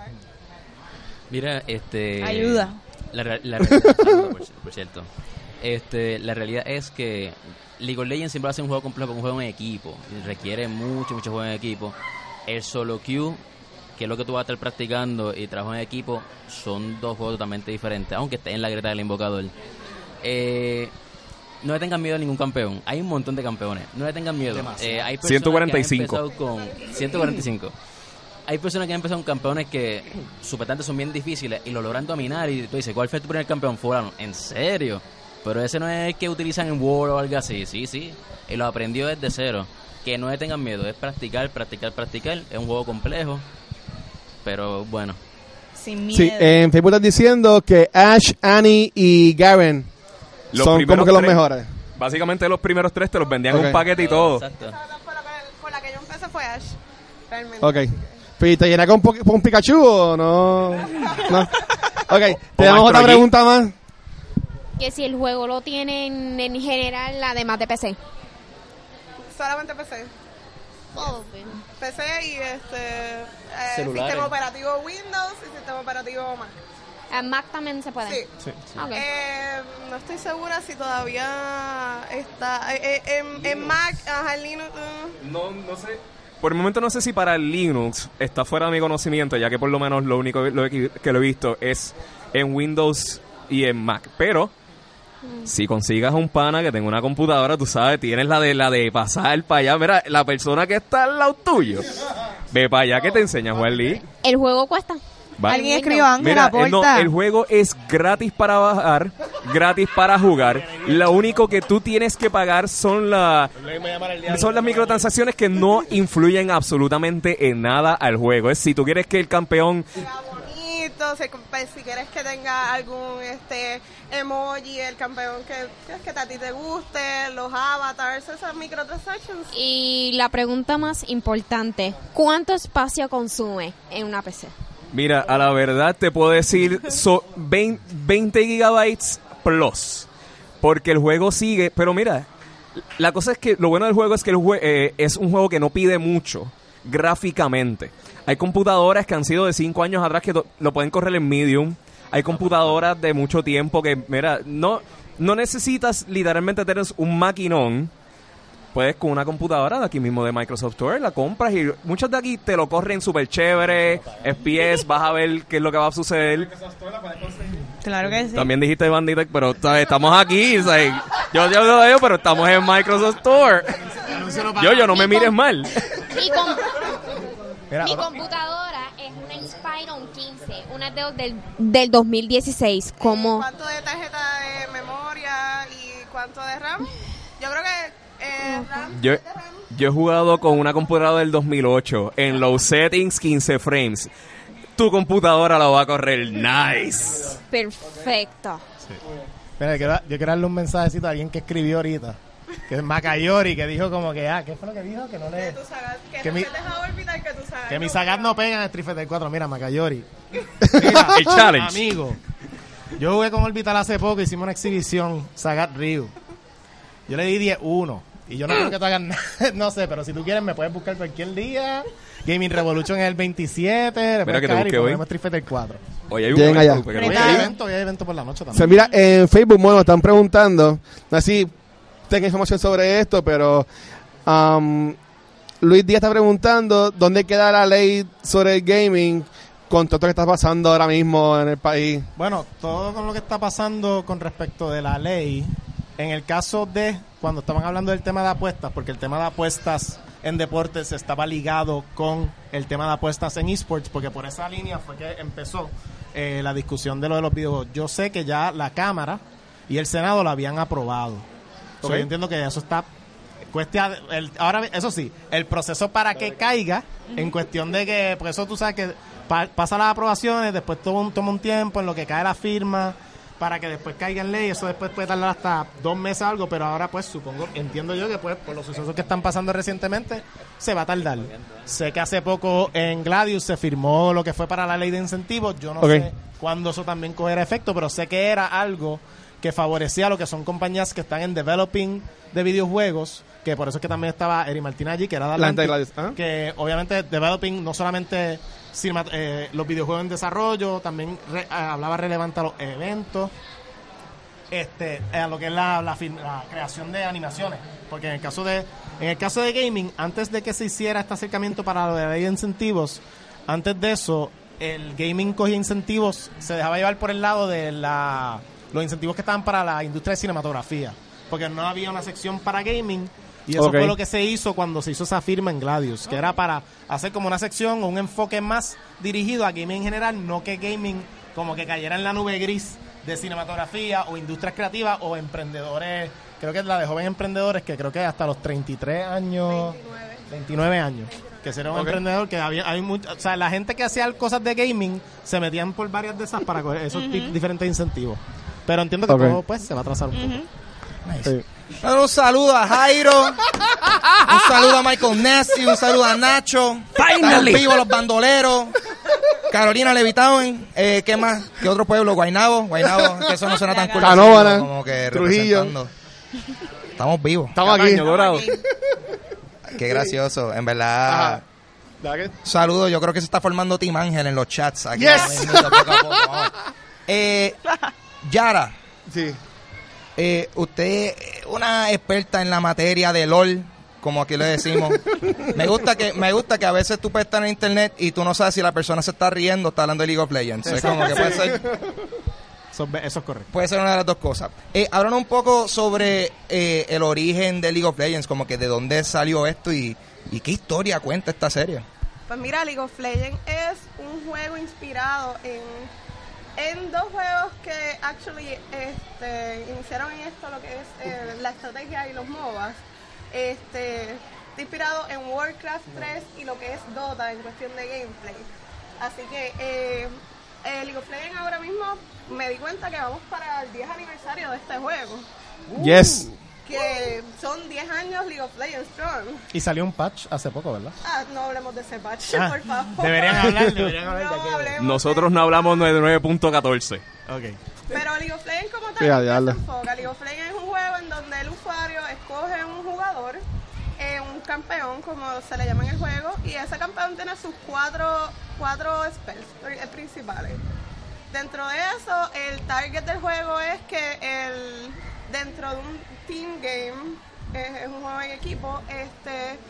Mira, este... Ayuda. La, re- la realidad, saludo, por, por cierto. Este, la realidad es que League of Legends siempre hace un juego complejo, un juego en equipo. Y requiere mucho, mucho juego en equipo. El solo queue, que es lo que tú vas a estar practicando, y trabajo en equipo, son dos juegos totalmente diferentes, aunque esté en la grieta del invocador. Eh, no le tengan miedo a ningún campeón. Hay un montón de campeones. No le tengan miedo. Eh, hay personas ciento cuarenta y cinco. que han empezado con ciento cuarenta y cinco. Hay personas que han empezado con campeones que supuestamente son bien difíciles y lo logran dominar, y tú dices, ¿cuál fue tu primer campeón? Fulano. ¿En serio? Pero ese no es el que utilizan en World o algo así. Sí, sí. Y lo aprendió desde cero. Que no le tengan miedo. Es practicar, practicar, practicar. Es un juego complejo. Pero bueno. Sin miedo. Sí, en Facebook estás diciendo que Ash, Annie y Garen Los son primeros como que los tres. mejores. Básicamente los primeros tres te los vendían en Ok. un paquete y todo. Exacto. Por la, que, por la que yo empecé fue Ash. Realmente. Ok. ¿Y te llena con, po- con Pikachu o no? No. Ok, te O damos Maestro otra Yi. pregunta más. Que si el juego lo tienen en general, además de P C. Solamente P C. Todo, pues. P C y este eh, Celulares. sistema operativo Windows y sistema operativo Mac. A Mac también se puede. Sí. Ok. Eh, no estoy segura si todavía está eh, eh, en, en Mac, ajá, en Linux. eh. No, no sé. Por el momento no sé si para Linux está fuera de mi conocimiento, ya que por lo menos lo único lo que que lo he visto es en Windows y en Mac. Pero si consigas un pana que tenga una computadora, tú sabes, tienes la de la de pasar para allá. Mira, la persona que está al lado tuyo, ve para allá que te enseña a jugar League. El juego cuesta. Va. Alguien escribió, Ángel, Mira, eh, no, aporta. el juego es gratis para bajar, gratis para jugar. Lo único que tú tienes que pagar son, la, son las microtransacciones que no influyen absolutamente en nada al juego. Es si tú quieres que el campeón... Sea bonito, si, pues, si quieres que tenga algún este emoji, el campeón que, que, que a ti te guste, los avatars, esas microtransactions. Y la pregunta más importante, ¿cuánto espacio consume en una P C? Mira, a la verdad te puedo decir so, veinte gigabytes plus. Porque el juego sigue... Pero mira, la cosa es que lo bueno del juego es que el jue- eh, es un juego que no pide mucho gráficamente. Hay computadoras que han sido de cinco años atrás que to- lo pueden correr en medium. Hay computadoras de mucho tiempo que, mira, no, no necesitas literalmente tener un maquinón. Puedes con una computadora de aquí mismo de Microsoft Store, la compras y muchos de aquí te lo corren súper chévere, F P S, vas a ver qué es lo que va a suceder. Claro que sí. También dijiste Banditech, pero ¿sabes? Estamos aquí, ¿sabes? Yo, yo lo digo, pero estamos en Microsoft Store. Yo, yo, no me mires mal. Mi, com- Mira, mi ahora- computadora es una Inspiron quince, una de- del, del dos mil dieciséis. Como ¿Cuánto de tarjeta de memoria y cuánto de RAM? Yo creo que eh, RAM, Yo, de RAM. yo he jugado con una computadora del dos mil ocho en low settings, quince frames. Tu computadora la va a correr nice. perfecto. Mira, yo quiero, yo quiero darle un mensajecito a alguien que escribió ahorita, que es Macayori, que dijo como que, ah, ¿qué fue lo que dijo? Que no le... Tu Sagat, que, Que no mi- te deja olvidar que tu Sagat Que no mis Sagat pega. no pegan en Street Fighter cuatro. Mira, Macayori. Mira, El challenge. amigo, yo jugué con Orbital hace poco, hicimos una exhibición, Sagat Ryu. Yo le di diez uno. Y yo no creo que tú hagas nada, no sé, pero si tú quieres me puedes buscar cualquier día. Gaming Revolution es el veintisiete, le Mira puedes que te caer y busque hoy. ponemos Street Fighter cuatro. Oye, hay un Lleguen evento, allá. porque Hoy no- Retado. hay evento, hoy hay evento por la noche O sea, también. mira, en Facebook, bueno, están preguntando, así tengo información sobre esto, pero um, Luis Díaz está preguntando dónde queda la ley sobre el gaming con todo lo que está pasando ahora mismo en el país. Bueno, todo con lo que está pasando con respecto de la ley, en el caso de cuando estaban hablando del tema de apuestas, porque el tema de apuestas en deportes estaba ligado con el tema de apuestas en esports, porque por esa línea fue que empezó eh, la discusión de lo de los videojuegos. Yo sé que ya la Cámara y el Senado lo habían aprobado. So, Ok. yo entiendo que eso está Cuesta, el, ahora, eso sí, el proceso para que caiga, en cuestión de que, por eso tú sabes que pa, pasa las aprobaciones, después toma un, toma un tiempo en lo que cae la firma, para que después caiga en ley, eso después puede tardar hasta dos meses o algo, pero ahora pues supongo, entiendo yo que pues por los sucesos que están pasando recientemente, se va a tardar. Sé que hace poco en Gladius se firmó lo que fue para la ley de incentivos, yo no okay. sé cuándo eso también cogerá efecto, pero sé que era algo que favorecía a lo que son compañías que están en developing de videojuegos, que por eso es que también estaba Eri Martín allí, que era de Atlantic, ¿ah? Que obviamente developing no solamente cinema, eh, los videojuegos en desarrollo, también re, eh, hablaba relevante a los eventos, este, a lo que es la, la, la creación de animaciones, porque en el caso de en el caso de gaming, antes de que se hiciera este acercamiento para lo de la ley de incentivos, antes de eso, el gaming cogía incentivos, se dejaba llevar por el lado de la los incentivos que estaban para la industria de cinematografía, porque no había una sección para gaming, y eso okay. fue lo que se hizo cuando se hizo esa firma en Gladius, que era para hacer como una sección o un enfoque más dirigido a gaming en general, no que gaming como que cayera en la nube gris de cinematografía o industrias creativas o emprendedores, creo que es la de jóvenes emprendedores, que creo que hasta los treinta y tres años, veintinueve, veintinueve años, que sería un okay. emprendedor, que había, hay mucho, o sea, la gente que hacía cosas de gaming se metían por varias de esas para coger esos uh-huh. t- diferentes incentivos. Pero entiendo que okay. todo pues se va a atrasar un uh-huh. poco. Nice. Sí. Un saludo a Jairo, un saludo a Michael Nasty, un saludo a Nacho, Finally. Vivo los bandoleros, Carolina Levitown, eh, ¿qué más? ¿Qué otro pueblo? Guaynabo, Guaynabo, que eso no suena tan cool. Canóvana, como que Trujillo. Estamos vivos. Estamos aquí. Dorados. Qué gracioso, en verdad. Saludos, yo creo que se está formando Team Ángel en los chats. Aquí yes. poco a poco. Eh, Yara. Sí. Eh, usted es una experta en la materia de LOL, como aquí le decimos. me gusta que me gusta que a veces tú puedes estar en internet y tú no sabes si la persona se está riendo o está hablando de League of Legends. Es como que puede ser, eso, eso es correcto. Puede ser una de las dos cosas. Eh, háblanos un poco sobre eh, el origen de League of Legends, como que de dónde salió esto y, y qué historia cuenta esta serie. Pues mira, League of Legends es un juego inspirado en En dos juegos que actually este, iniciaron en esto lo que es eh, la estrategia y los MOBAs, este, inspirado en Warcraft tres y lo que es Dota en cuestión de gameplay. Así que eh, eh, League of Legends ahora mismo me di cuenta que vamos para el diez aniversario de este juego. Uh, yes. Que son diez años League of Legends Strong. Y salió un patch hace poco, ¿verdad? Ah, no hablemos de ese patch, ah, por favor. Deberían hablar, deberían hablar no de hablemos Nosotros no hablamos de nueve punto catorce. Ok. Pero League of Legends como tal, yeah, yeah, se enfoca. League of Legends es un juego en donde el usuario escoge un jugador, eh, un campeón, como se le llama en el juego, y ese campeón tiene sus cuatro, cuatro spells principales. Dentro de eso, el target del juego es que el dentro de un team game, eh, es un juego en equipo, este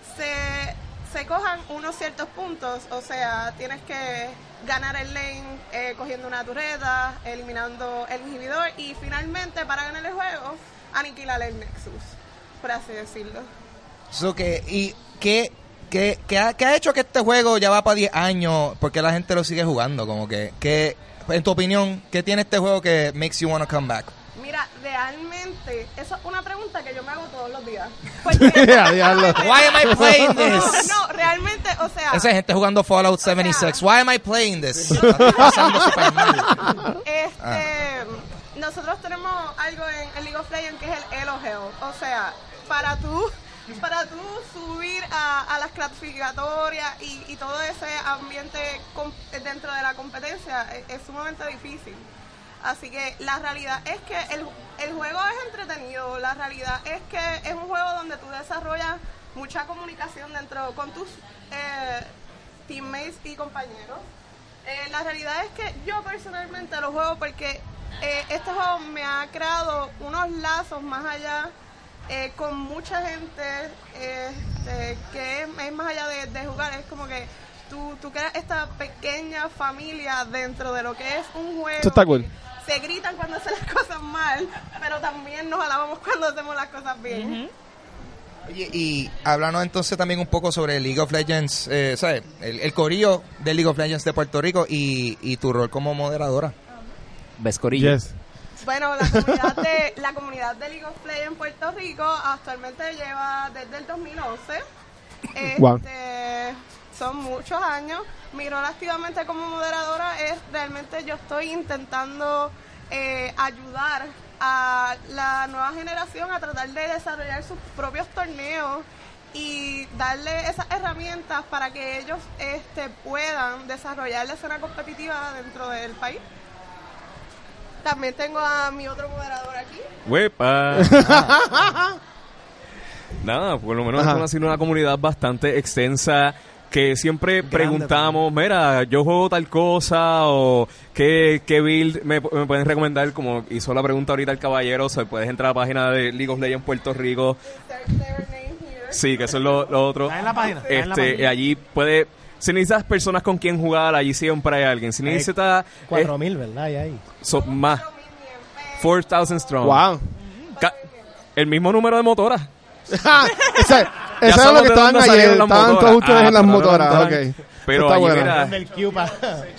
se, se cojan unos ciertos puntos, o sea, tienes que ganar el lane eh, cogiendo una turreta, eliminando el inhibidor y finalmente para ganar el juego, aniquilar el Nexus, por así decirlo. So que, ¿y qué, qué, qué, ha, qué ha hecho que este juego ya va para diez años? ¿Por qué la gente lo sigue jugando? Como que, que, en tu opinión, ¿qué tiene este juego que makes you want to come back? Mira, realmente, esa es una pregunta que yo me hago todos los días. Porque, realmente, Why am I playing this? No, no, realmente, o sea... Esa gente jugando Fallout setenta y seis. sea, Why am I playing this? Estoy pasando super mal. Este, ah. Nosotros tenemos algo en, en League of Legends que es el Elo Hell. O sea, para tú, para tú subir a, a las clasificatorias y, y todo ese ambiente com, dentro de la competencia es, es sumamente difícil. Así que la realidad es que el, el juego es entretenido, la realidad es que es un juego donde tú desarrollas mucha comunicación dentro con tus eh, teammates y compañeros. Eh, la realidad es que yo personalmente lo juego porque eh, este juego me ha creado unos lazos más allá eh, con mucha gente eh, este, que es, es más allá de, de jugar, es como que tú, tú creas esta pequeña familia dentro de lo que es un juego. Esto está cool. Se gritan cuando hacen las cosas mal, pero también nos alabamos cuando hacemos las cosas bien. Uh-huh. Oye, y háblanos entonces también un poco sobre League of Legends, eh, ¿sabes? El, el corillo de League of Legends de Puerto Rico y, y tu rol como moderadora. ¿Ves corillo? Yes. Bueno, la comunidad de la comunidad de League of Legends en Puerto Rico actualmente lleva desde el dos mil once. Este, Wow. Son muchos años. Mi rol activamente como moderadora es realmente yo estoy intentando eh, ayudar a la nueva generación a tratar de desarrollar sus propios torneos y darle esas herramientas para que ellos este, puedan desarrollar la escena competitiva dentro del país. También tengo a mi otro moderador aquí. ¡Huepa! Nada, por lo menos Ajá. esto ha sido una comunidad bastante extensa que siempre Grande, preguntamos, mira, yo juego tal cosa o qué, qué build me, me pueden recomendar, como hizo la pregunta ahorita el caballero, o sea, puedes entrar a la página de League of Legends Puerto Rico. Sí, que eso es lo, lo otro. Está en la página, está en la Este, página. allí puede, si necesitas personas con quien jugar, allí siempre hay alguien. Si Hay necesitas Cuatro eh, mil, ¿verdad? Hay ahí. so- más, four thousand strong. Wow. Ca- el mismo número de motoras. ese ese es sabemos lo que de estaban dónde ayer. salieron las Estaban motoras. todos ustedes Ah, en las pero no motoras. estaban. Ok. Pero Está allí, bueno. mira, Del Q pa.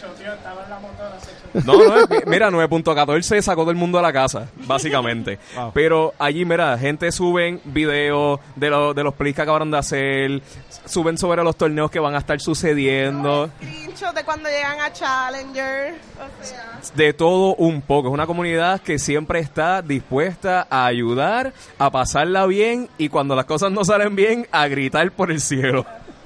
no, no, es- mira, nueve punto catorce sacó todo el mundo a la casa, básicamente. Wow. Pero allí, mira, gente suben videos de, lo- de los plays que acabaron de hacer, suben sobre los torneos que van a estar sucediendo, Screenshots de cuando llegan a Challenger. O sea, de todo un poco. Es una comunidad que siempre está dispuesta a ayudar, a pasarla bien y cuando las cosas no salen bien, a gritar por el cielo.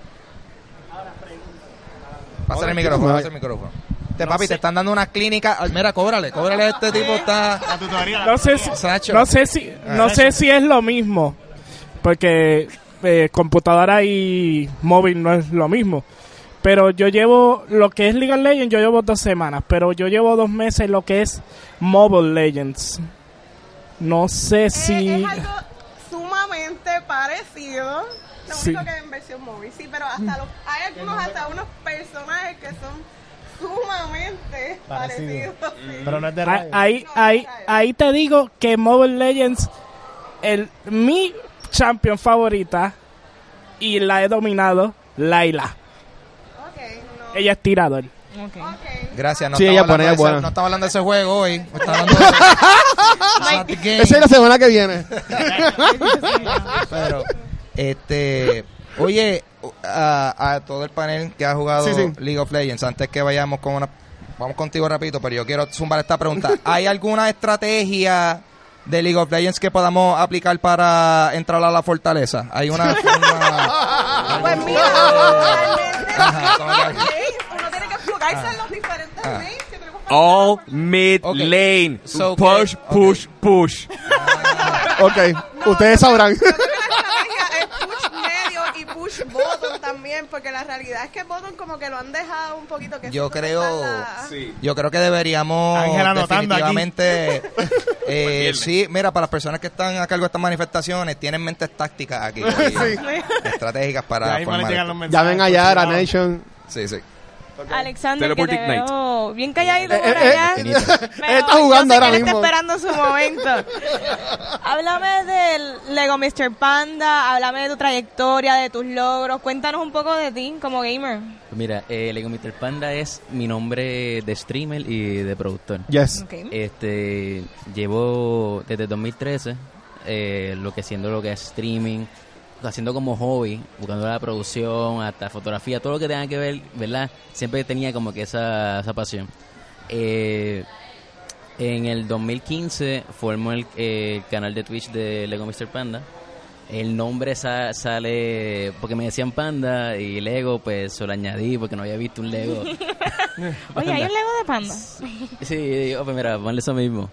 Pasa el micrófono, pasa el micrófono. Te, papi, te están dando una clínica. Ay, mira, cóbrale, cóbrale a este tipo. Está. La tutoría. No sé si, Sacho. no sé si, no sé si es lo mismo, porque eh, computadora y móvil no es lo mismo. Pero yo llevo, lo que es League of Legends, yo llevo dos semanas, pero yo llevo dos meses lo que es Mobile Legends. No sé es, si... es algo sumamente parecido. Lo Sí. único que en versión móvil, sí, pero hasta los, hay algunos hasta unos personajes que son sumamente Parecido. parecidos. sí. Pero no es de Ahí, radio. ahí, ahí, ahí te digo que Mobile Legends, el, mi champion favorita, y la he dominado, Layla. Ok, no. Ella es tirador. Okay. Ok. Gracias, no Sí, estaba ella hablando pone, de ella ese- buena. no estaba hablando de ese juego hoy. Estaba hablando de Not the game. Esa es la semana que viene. Pero, este, oye, a, a todo el panel que ha jugado Sí, sí. League of Legends, antes que vayamos con una, vamos contigo rapidito, pero yo quiero zumbar esta pregunta. ¿Hay alguna estrategia de League of Legends que podamos aplicar para entrar a la fortaleza? ¿Hay una forma? Pues mira, realmente Ajá, como que- uno tiene que enfocarse en los diferentes Ah. lanes que tenemos para All mid Ok. lane. So, push, ok. push, push. Ok. Ustedes sabrán. Yo creo que la estrategia es push medio y push bottom también, porque la realidad es que bottom como que lo han dejado un poquito que Yo siempre creo- está la- Yo creo que deberíamos Ángel anotando aquí. definitivamente eh, sí, mira, para las personas que están a cargo de estas manifestaciones, tienen mentes tácticas aquí, estratégicas De para ahí van a formar llegar esto. los mensajes. Llamen allá a la por Nation. Sí, sí. Alexander, que te Teleport Ignite. veo bien calladito Eh, por eh, allá. eh, Pero Él está jugando yo sé ahora que él mismo. está esperando su momento. Háblame del Lego mister Panda, háblame de tu trayectoria, de tus logros. Cuéntanos un poco de ti como gamer. Pues mira, eh, Lego mister Panda es mi nombre de streamer y de productor. Yes. Ok. Este, llevo desde dos mil trece eh, lo que siendo lo que es streaming, haciendo como hobby, buscando la producción, hasta fotografía, todo lo que tenga que ver, ¿verdad? Siempre tenía como que esa, esa pasión. Eh, en el dos mil quince formó el, eh, el canal de Twitch de Lego mister Panda. El nombre sa- sale porque me decían Panda y Lego, pues se lo añadí porque no había visto un Lego. Oye, ¿hay un Lego de Panda? Sí, digo, pues mira, ponle eso mismo.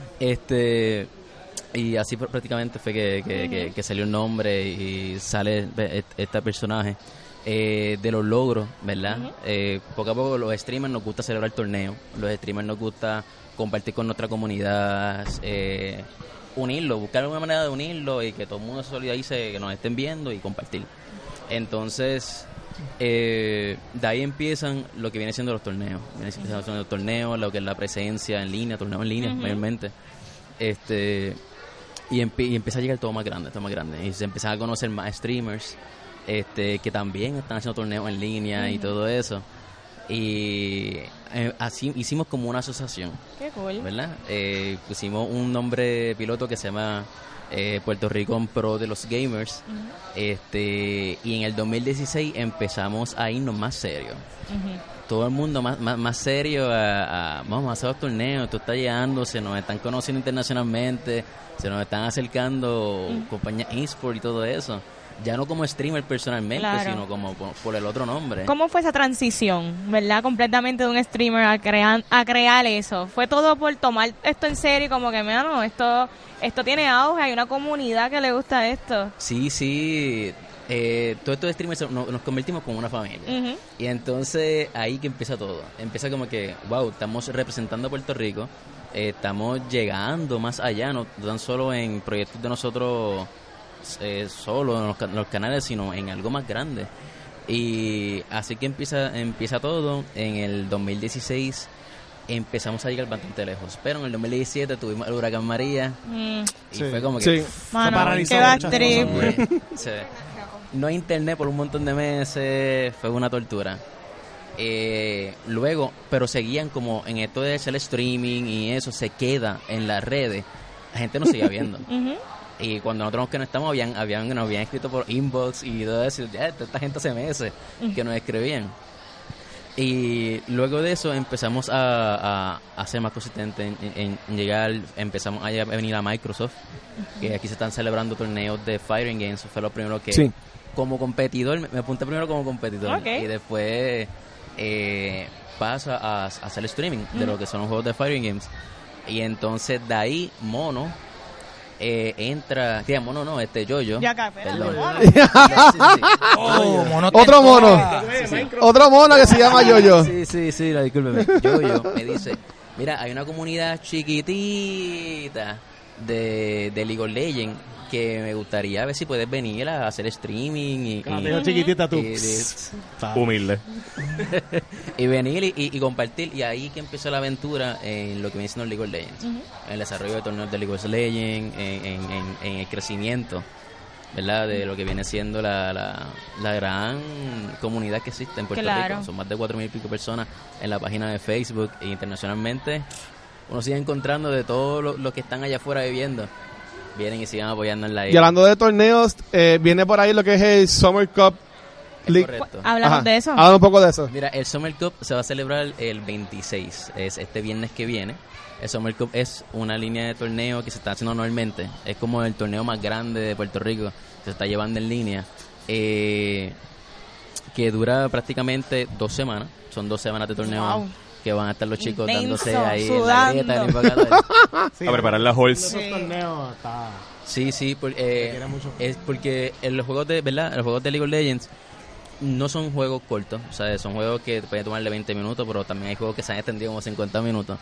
Este, y así pr- prácticamente fue que, que, que, que salió el nombre y sale ve- este personaje. Eh, de los logros, ¿verdad? Eh, poco a poco los streamers nos gusta celebrar torneos, los streamers nos gusta compartir con nuestra comunidad, eh, unirlo, buscar una manera de unirlo y que todo el mundo se solidarice, que nos estén viendo y compartir. Entonces, eh, de ahí empiezan lo que viene siendo los torneos. Viene siendo los torneos, lo que es la presencia en línea, torneos en línea, mayormente. Este, y, empi- y empieza a llegar todo más grande, todo más grande. Y se empiezan a conocer más streamers este, que también están haciendo torneos en línea y todo eso. Y eh, así hicimos como una asociación. Qué cool. ¿Verdad? Eh, pusimos un nombre piloto que se llama eh, Puerto Rico Pro de los Gamers. Uh-huh. este Y en el dos mil dieciséis empezamos a irnos más serios. Uh-huh. Todo el mundo más, más, más serio a, a vamos a hacer los torneos, tú estás llegando, se nos están conociendo internacionalmente, se nos están acercando uh-huh. compañías eSport y todo eso. Ya no como streamer personalmente, claro. sino como por, por el otro nombre. ¿Cómo fue esa transición, verdad? Completamente de un streamer a crear, a crear eso. ¿Fue todo por tomar esto en serio y como que, mira, no, esto, esto tiene auge, hay una comunidad que le gusta esto? Sí, sí. Eh, todos estos streamers nos, nos convertimos como una familia. Uh-huh. Y entonces ahí que empieza todo. Empieza como que, wow, estamos representando a Puerto Rico, eh, estamos llegando más allá, no tan solo en proyectos de nosotros... Eh, solo en los, los canales, sino en algo más grande. Y así que empieza empieza todo. En el dos mil dieciséis empezamos a llegar bastante lejos, pero en el dos mil diecisiete tuvimos el huracán María mm. y sí. fue como que sí. Mano, qué bad sí. No hay internet por un montón de meses, fue una tortura. Eh, luego, pero seguían como en esto de hacer streaming y eso se queda en las redes, la gente nos seguía viendo. uh-huh. Y cuando nosotros que no estamos, habían, habían, nos habían escrito por inbox y todo eso. Ya, esta gente hace meses que nos escribían. Y luego de eso empezamos a, a, a ser más consistentes en, en, en llegar. Empezamos a, a venir a Microsoft, que aquí se están celebrando torneos de Fighting Games. Fue lo primero que, sí. como competidor, me, me apunté primero como competidor. Okay. Y después eh, pasa a, a hacer streaming uh-huh. de lo que son los juegos de Fighting Games. Y entonces de ahí, Mono... Eh, entra, tía, mono no, este Yoyo. Ya acá, perdón. Mono. Sí, sí, sí. Oh, mono otro mono. Sí, sí. Otro mono que se llama Yoyo. Sí, sí, sí, la discúlpeme. Yoyo me dice, mira, hay una comunidad chiquitita de, de League of Legends que me gustaría ver si puedes venir a hacer streaming y, y, y chiquitita tú. Y, y, humilde. Y venir y, y, y compartir. Y ahí que empezó la aventura en lo que viene siendo League of Legends. Uh-huh. En el desarrollo de torneos de League of Legends, en, en, en, en el crecimiento, ¿verdad? De lo que viene siendo la, la, la gran comunidad que existe en Puerto claro. Rico. Son más de cuatro mil y pico personas en la página de Facebook e internacionalmente. Uno sigue encontrando de todos los lo que están allá afuera viviendo. Vienen y sigan apoyando en la isla. Y hablando de torneos, eh, viene por ahí lo que es el Summer Cup League. Correcto. ¿Hablamos Ajá. de eso? Habla un poco de eso. Mira, el Summer Cup se va a celebrar el veintiséis, es este viernes que viene. El Summer Cup es una línea de torneo que se está haciendo anualmente. Es como el torneo más grande de Puerto Rico. Se está llevando en línea. Eh, que dura prácticamente dos semanas. Son dos semanas de torneo. Wow. Que van a estar los chicos Intenso, dándose ahí sudando. en la grieta. Sí, a preparar la halls. Sí, está... sí, sí por, eh, es porque en los juegos de, ¿verdad? En los juegos de League of Legends no son juegos cortos, o sea, son juegos que pueden tomarle veinte minutos, pero también hay juegos que se han extendido como cincuenta minutos.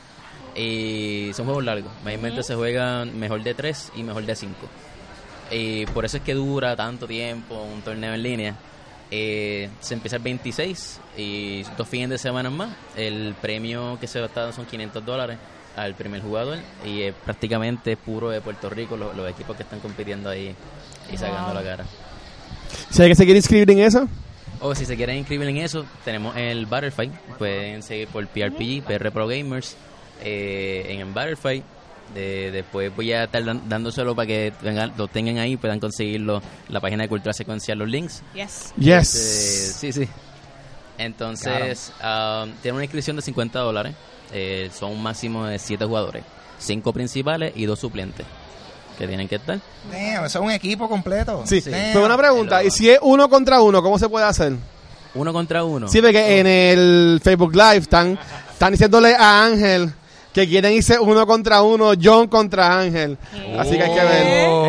Y son juegos largos, mayormente uh-huh. se juegan mejor de tres y mejor de cinco. Y por eso es que dura tanto tiempo un torneo en línea. Eh, se empieza el veintiséis y dos fines de semana más. El premio que se va a estar son quinientos dólares al primer jugador y es prácticamente puro de Puerto Rico los, los equipos que están compitiendo ahí y sacando wow. la cara. Si hay que seguir inscribir en eso, o si se quieren inscribir en eso, tenemos el Battlefight. Pueden seguir por P R P G, P R Pro Gamers eh, en el Battlefight. De, después voy a estar dándoselo para que vengan, lo tengan ahí, puedan conseguirlo la página de Cultura Secuencial, los links. Yes. Yes. Este, sí, sí. Entonces, um, tiene una inscripción de cincuenta dólares. Eh, son un máximo de siete jugadores. cinco principales y dos suplentes que tienen que estar. Damn, eso es un equipo completo. Sí, sí. Pero una pregunta, ¿y si es uno contra uno, cómo se puede hacer? Uno contra uno. Sí, porque oh. en el Facebook Live están, están diciéndole a Ángel que quieren irse uno contra uno, John contra Ángel. Oh. Así que hay que ver. Oh.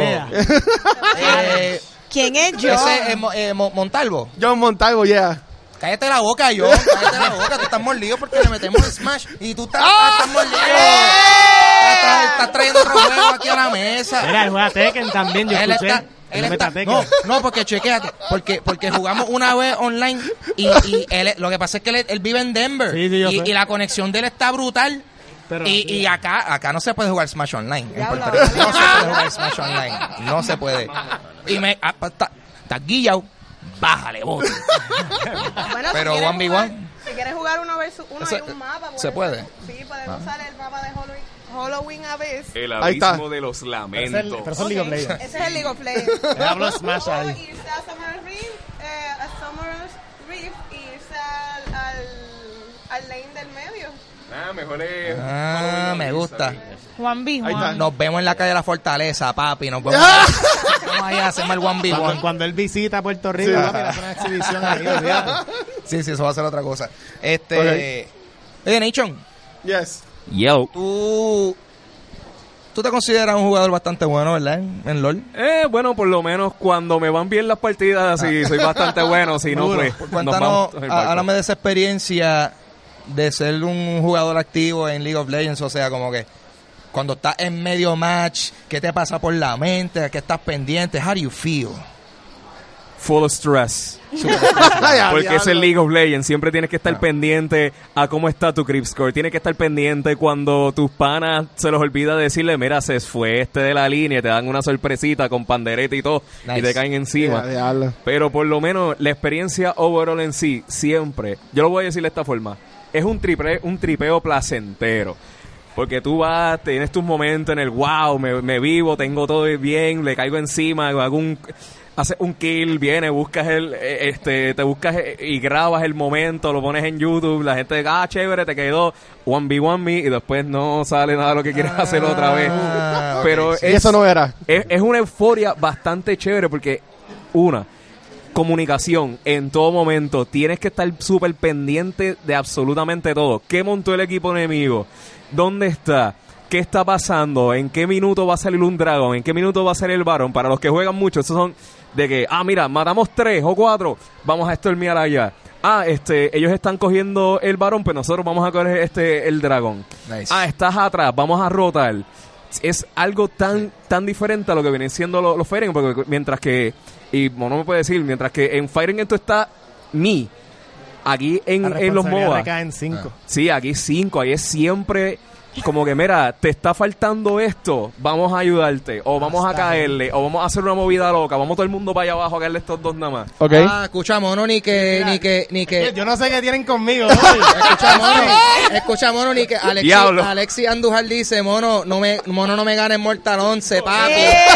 eh, ¿Quién es John? Ese es eh, Montalvo. John Montalvo, yeah. Cállate la boca, John. Cállate la boca. Tú estás mordido porque le metemos el Smash y tú estás, ¡oh! estás mordido. Estás, estás trayendo otro juego aquí a la mesa. Mira, él juega Tekken también, yo él escuché. Está, él está, no, no, porque chequéate, porque porque jugamos una vez online y, y él, lo que pasa es que él, él vive en Denver sí, sí, yo y, sé. y la conexión de él está brutal. Pero, y, y acá acá no se puede jugar Smash Online. En Puerto Rico no se puede jugar Smash Online. No se puede. Y me... Estás guillado. Bájale, bote. Bueno, pero si one v one. Si Si quieres jugar uno versus uno, Ese- hay un mapa. ¿se puedes- puede? Sí, puedes Ah. usar el mapa de Halloween, Halloween Abyss. El Ahí está. abismo de los Pero lamentos. ese es el- pero eso es League of Legends. Ese es el League of Legends. Le hablo Smash O ahí. irse a Summer Rift, eh, a Summer's Rift y irse al, al, al lane del medio. Ah, mejor es... Ah, me gusta. Juan B. Ahí está. Juan. Nos vemos en la calle de la Fortaleza, papi. Nos vemos. Vamos allá, hacemos el one b Cuando, one. cuando él visita Puerto Rico, Sí. papi, le hace una exhibición ahí, olvídate. Sí, sí, eso va a ser otra cosa. Este. Oye, Nation, Yes. Yo. tú. Tú te consideras un jugador bastante bueno, ¿verdad? En, en LOL. Eh, bueno, por lo menos cuando me van bien las partidas, sí, soy bastante bueno. Si no, pues, nos Cuéntanos, vamos al há- barco. háblame de esa experiencia de ser un jugador activo en League of Legends. O sea, como que cuando estás en medio match, ¿qué te pasa por la mente? ¿A qué estás pendiente? How do you feel? Full of stress. Ay, Porque es diablo. el League of Legends. Siempre tienes que estar Ah. pendiente a cómo está tu creep score. Tienes que estar pendiente cuando tus panas se los olvida decirle, mira, se fue este de la línea, y te dan una sorpresita con pandereta y todo, y Nice. te caen encima. Ya, diablo. Pero por lo menos la experiencia overall en sí, siempre, yo lo voy a decir de esta forma, es un, triple, un tripeo placentero. Porque tú vas, tienes tus momentos en el wow, me, me vivo, tengo todo bien, le caigo encima, hago un, haces un kill, viene, buscas el, eh, este, te buscas eh, y grabas el momento, lo pones en YouTube, la gente dice, ah, chévere, te quedó one v one me, y después no sale nada de lo que quieres hacer otra vez. Ah, ok, Pero sí. Y eso no era. es, es una euforia bastante chévere porque, una, comunicación en todo momento. Tienes que estar súper pendiente de absolutamente todo. ¿Qué montó el equipo enemigo? ¿Dónde está? ¿Qué está pasando? ¿En qué minuto va a salir un dragón? ¿En qué minuto va a salir el varón? Para los que juegan mucho, esos son de que, ah, mira, matamos tres o cuatro, vamos a stormear allá. Ah, este, ellos están cogiendo el varón, pues nosotros vamos a coger este, el dragón. Nice. Ah, estás atrás, vamos a rotar. Es algo tan tan diferente a lo que vienen siendo los, los Fighting, porque mientras que, y Mono me puede decir, mientras que en Fighting esto está mi, aquí en, La en los responsabilidad MOBA, recae en cinco. sí, aquí cinco, ahí es siempre como que, mira, te está faltando esto, vamos a ayudarte, o vamos a caerle, o vamos a hacer una movida loca, vamos todo el mundo para allá abajo a caerle estos dos nada más. Ok. Ah, escuchamos, no, ni que, ni que, ni que. Yo no sé qué tienen conmigo hoy. Escucha, mono, escucha, mono, ni que Alexi, Diablo. Alexi Andújar dice, mono, no me, mono no me gana en Mortal once, papi.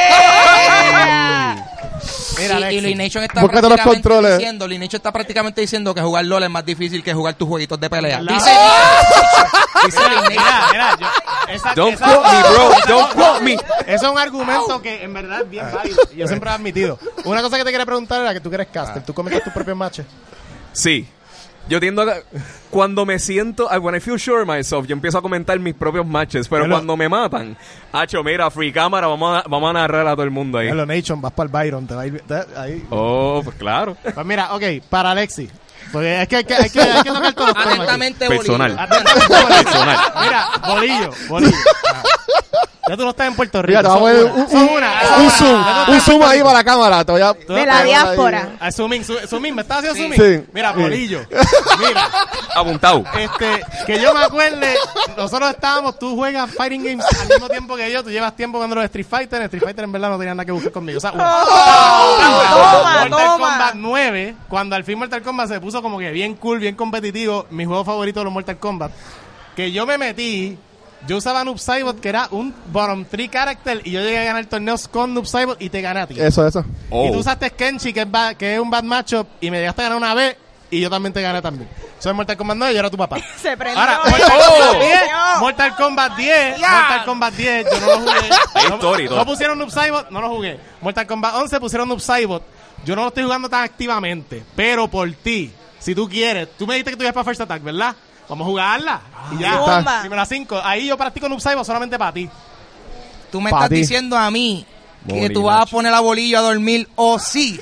Mira, y, y Alexi. Luis Nation está Búscate los prácticamente controles. diciendo, Luis Nation está prácticamente diciendo que jugar LOL es más difícil que jugar tus jueguitos de pelea. ¿Verdad? Dice, dice Luis Nation. Mira, mira, yo, esa, Don't esa- quote me, bro, don't quote me. Eso es un argumento que en verdad es bien válido. Y yo siempre lo he admitido. Una cosa que te quería preguntar era que tú que eres caster, ¿tú comentas tus propios matches? Sí. Yo tiendo a... Cuando me siento... uh, When I feel sure of myself, yo empiezo a comentar mis propios matches. Pero Hello. cuando me matan... Hacho, mira, free cámara, vamos a, vamos a narrar a todo el mundo ahí. Hello Nation, vas para el Byron, te va a ir te- ahí. Oh, pues claro. Pues mira, ok, para Alexi. Porque es que hay que, hay que, hay que tocar todos los temas aquí. Atentamente, Personal. Bolívar. Atentamente, Bolillo. Personal. Mira, bolillo, bolillo. Ah. Ya tú no estás en Puerto Rico. Mira, te vamos a son poner una, un, son un- una, un son una. zoom. Ya tú estás Un en zoom Puerto ahí Rico. para la cámara. Te voy a- Tú De no la estás- diáspora. Ah, zooming, su- zooming, ¿me estás haciendo zooming? Sí. Mira, Sí. bolillo. Mira, Apuntado. este, que yo me acuerde, nosotros estábamos, tú juegas Fighting Games al mismo tiempo que yo, tú llevas tiempo jugando los Street Fighter, en Street Fighter en verdad no tenía nada que buscar conmigo. O sea, uno. Toma, Mortal toma. Kombat nueve, cuando al fin Mortal Kombat se puso como que bien cool, bien competitivo, mi juego favorito de los Mortal Kombat, que yo me metí, yo usaba Noob Saibot, que era un bottom three character, y yo llegué a ganar torneos con Noob Saibot y te gané a ti. Eso, eso. Oh. Y tú usaste Kenshi, que es, ba- que es un bad matchup, y me llegaste a ganar una vez, y yo también te gané también. Soy Mortal Kombat nueve y yo era tu papá. Se prendió. Ahora, ¡Oh! Mortal Kombat diez, ¡Oh! Mortal Kombat diez, Ya. Mortal Kombat diez, yo no lo jugué. Hay No- story y todo. No pusieron Noob Saibot, no lo jugué. Mortal Kombat once pusieron Noob Saibot. Yo no lo estoy jugando tan activamente, pero por ti, si tú quieres, tú me dijiste que tú ibas para First Attack, ¿verdad? Vamos a jugarla. Y ya. Zumba. Dime las cinco. Ahí yo practico Noob Saibot solamente para ti. Tú me Pa' estás ti. diciendo a mí que Bolillo, tú vas a Nacho. poner a Bolillo a dormir o sí.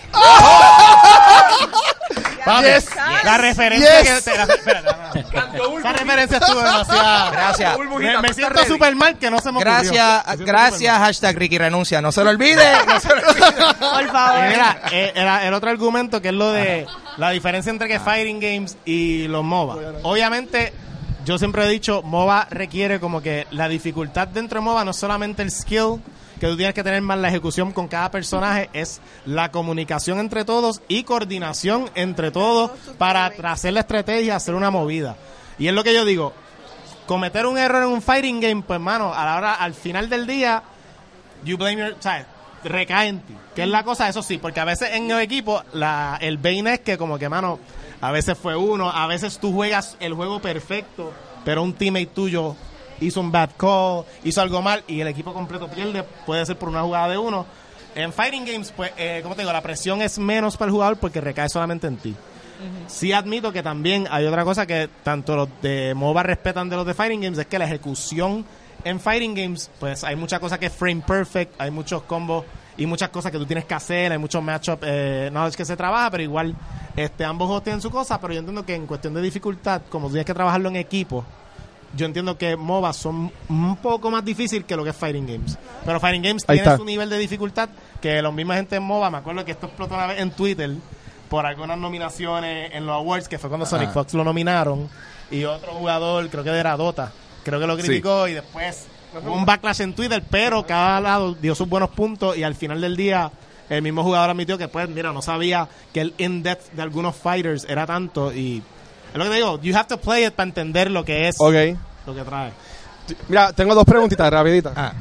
Papi, Yes. la referencia Yes. que te, la, espérate, no, no. Esa referencia estuvo demasiada. Gracias. Me, me siento super mal que no se me ocurrió. Gracias, Me siento gracias, hashtag Ricky renuncia. No se lo olvide. No se lo olvide. Por Y favor. mira, eh, era el otro argumento que es lo de la diferencia entre que Fighting Games y los MOBA. Obviamente, yo siempre he dicho, MOBA requiere como que la dificultad dentro de MOBA no es solamente el skill que tú tienes que tener más la ejecución con cada personaje, es la comunicación entre todos y coordinación entre todos para hacer la estrategia, hacer una movida. Y es lo que yo digo, cometer un error en un fighting game, pues mano, a la hora, al final del día, you blame your, ¿sabes? Recae en ti. Que es la cosa, eso sí, porque a veces en el equipo, la, el vain es que como que, mano, a veces fue uno, a veces tú juegas el juego perfecto, pero un teammate tuyo hizo un bad call, hizo algo mal y el equipo completo pierde, puede ser por una jugada de uno. En fighting games, pues, eh, como te digo, la presión es menos para el jugador porque recae solamente en ti. Uh-huh. Sí admito que también hay otra cosa que tanto los de MOBA respetan de los de fighting games, es que la ejecución en fighting games, pues hay muchas cosas que es frame perfect, hay muchos combos y muchas cosas que tú tienes que hacer, hay muchos matchup eh, knowledge que se trabaja, pero igual este ambos juegos tienen su cosa, pero yo entiendo que en cuestión de dificultad, como tienes que trabajarlo en equipo, yo entiendo que MOBA son un poco más difícil que lo que es fighting games. Pero fighting games Ahí tiene está. su nivel de dificultad que la misma gente en MOBA, me acuerdo que esto explotó una vez en Twitter por algunas nominaciones en los awards, que fue cuando Sonic Ah. Fox lo nominaron, y otro jugador, creo que era Dota, creo que lo criticó, Sí. y después hubo un backlash en Twitter, pero cada lado dio sus buenos puntos, y al final del día el mismo jugador admitió que, pues, mira, no sabía que el in-depth de algunos fighters era tanto, y es lo que te digo, you have to play it para entender lo que es Ok. lo que trae. Mira, tengo dos preguntitas rapiditas. Ah.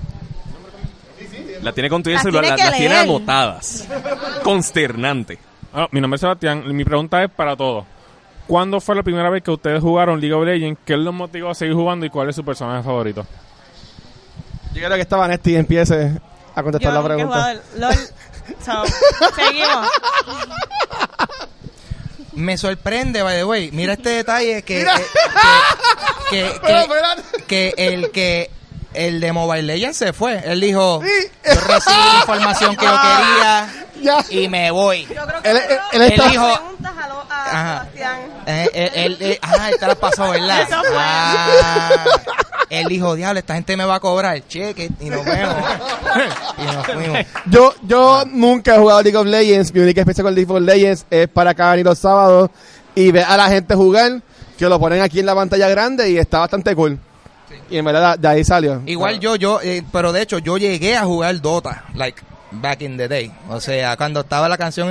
La tiene con tu Las celular, tiene la- que las tiene leer. anotadas. Consternante. Ah, mi nombre es Sebastián. Mi pregunta es para todos. ¿Cuándo fue la primera vez que ustedes jugaron League of Legends? ¿Qué los motivó a seguir jugando y cuál es su personaje favorito? Yo creo que estaba Nesti y empiece a contestar Yo la nunca he pregunta. jugado LOL. So, seguimos. Me sorprende, by the way. Mira este detalle que... eh, que, que, Pero, que, espérate. que el que... El de Mobile Legends se fue. Él dijo, yo recibí la información que yo quería Ya. y me voy. Yo creo que Él- Pedro, él- él está- le dijo- preguntas a, lo- a Ajá. Sebastián. Eh, él, él, él- ah, él te la pasó, ¿verdad? Eso fue. Ah, él dijo, diablo, esta gente me va a cobrar el cheque y nos vemos. Y nos fuimos. Yo, yo nunca he jugado League of Legends. Mi única experiencia con League of Legends es para acá venir los sábados y ver a la gente jugar, que lo ponen aquí en la pantalla grande y está bastante cool. Y en verdad de ahí salió. Igual yo, yo, eh, pero de hecho yo llegué a jugar Dota, like, back in the day. O sea, cuando estaba la canción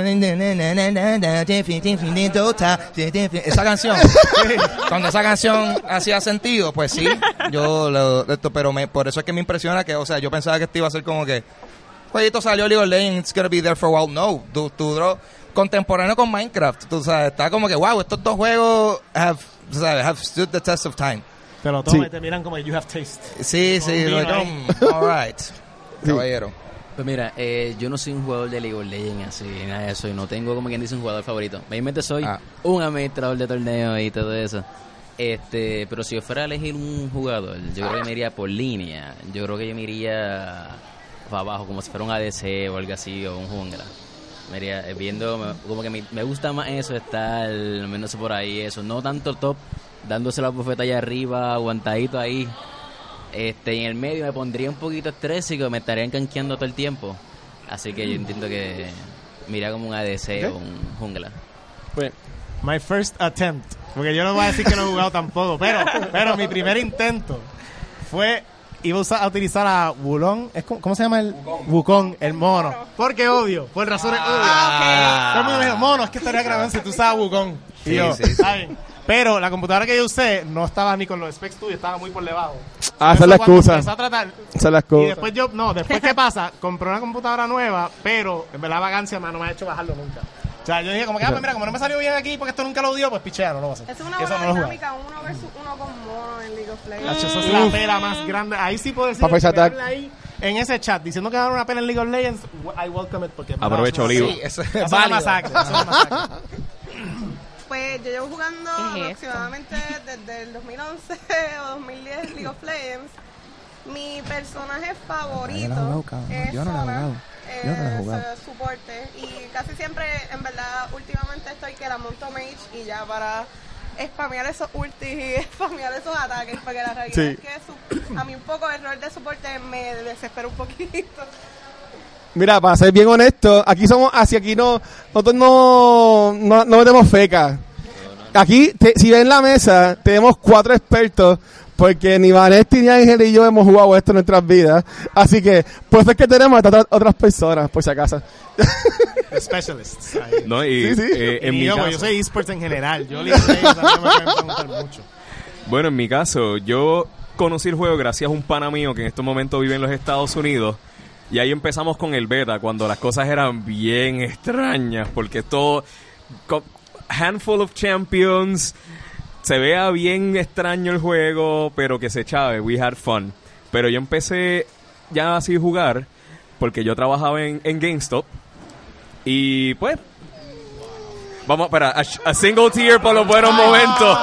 Dota, esa canción, cuando esa canción hacía sentido, pues sí, yo lo, esto, pero me, por eso es que me impresiona que, o sea, yo pensaba que esto iba a ser como que, jueguito salió League of Legends, it's gonna be there for a while. No, tú, tú, bro, contemporáneo con Minecraft, tú sabes, está como que, wow, estos dos juegos have, tú sabes, have stood the test of time. Te lo toman Sí. y te miran como you have taste. Sí, Con sí, vino like, ahí. um, all right, caballero. Pues mira, eh, yo no soy un jugador de League of Legends así, nada de eso, y no tengo como quien dice un jugador favorito. Mayormente soy Ah. un administrador de torneos y todo eso. Este, pero si yo fuera a elegir un jugador, yo creo que me iría por línea. Yo creo que yo me iría para abajo, como si fuera un A D C o algo así, o un jungla. Me iría eh, viendo, me- como que me, me gusta más eso, estar menos por ahí, eso. No tanto top, dándose la bufeta allá arriba, aguantadito ahí. Este, en el medio me pondría un poquito estrésico, me estarían canqueando todo el tiempo. Así que yo entiendo que mira como un A D C o un jungla. Pues, My first attempt. Porque yo no voy a decir que no he jugado tampoco, pero, pero mi primer intento fue, iba a, usar, a utilizar a Wulong, ¿es como- ¿cómo se llama el? Wukong, el mono. Porque odio, por razones obvias. Todo el mundo me dijo, mono, es que estaría grabando si tú usabas Wukong. Y Sí, yo, sí, sí. está bien. Pero la computadora que yo usé no estaba ni con los specs tuyos, estaba muy por debajo. Ah, esa Eso es la cuando excusa. empecé a tratar, esa es la y excusa. después yo, no, después ¿qué pasa? Compré una computadora nueva, pero en verdad vagancia no me ha hecho bajarlo nunca. O sea, yo dije como que, ah, pues mira, como no me salió bien aquí porque esto nunca lo dio, pues pichea, no lo voy a hacer. Es una Eso buena no lo he jugado. dinámica, uno versus uno con mono en League of Legends. Hacho, eso es la pela más grande. Ahí sí puedo decir, Papa Attack. pegarle ahí en ese chat diciendo que va a dar una pela en League of Legends, I welcome it porque Aprovecho, Olivo. Olivo. Sí, eso Eso es es una válido. masacre, eso es una masacre. Pues yo llevo jugando ¿Qué es esto? aproximadamente desde el dos mil once o dos mil diez League of Legends. Mi personaje favorito Yo no lo he jugado, cabrón. es Yo no lo he Sona, jugado. Yo no lo he es, jugado. eh, soporte, y casi siempre, en verdad, últimamente estoy que la monto mage y ya para spamear esos ultis y spamear esos ataques, porque la realidad Sí. es que su- a mí un poco el rol de soporte me desespera un poquito. Mira, para ser bien honesto, aquí somos así, aquí no, nosotros no, no, no metemos feca. Aquí, te- si ven la mesa, tenemos cuatro expertos porque ni Vanetti ni Ángel y yo hemos jugado esto en nuestras vidas. Así que, pues es que tenemos a otras, otras personas, por si acaso. Specialists. No, y, sí, sí. Eh, en y mi yo, caso, yo soy esports en general. Yo League of Legends también me pueden preguntar mucho. Bueno, en mi caso, yo conocí el juego gracias a un pana mío que en estos momentos vive en los Estados Unidos. Y ahí empezamos con el beta, cuando las cosas eran bien extrañas, porque todo... Handful of Champions, se vea bien extraño el juego, pero que se chave, we had fun. Pero yo empecé ya así a jugar, porque yo trabajaba en, en GameStop, y pues... Vamos, espera, a, a single tear por los buenos momentos.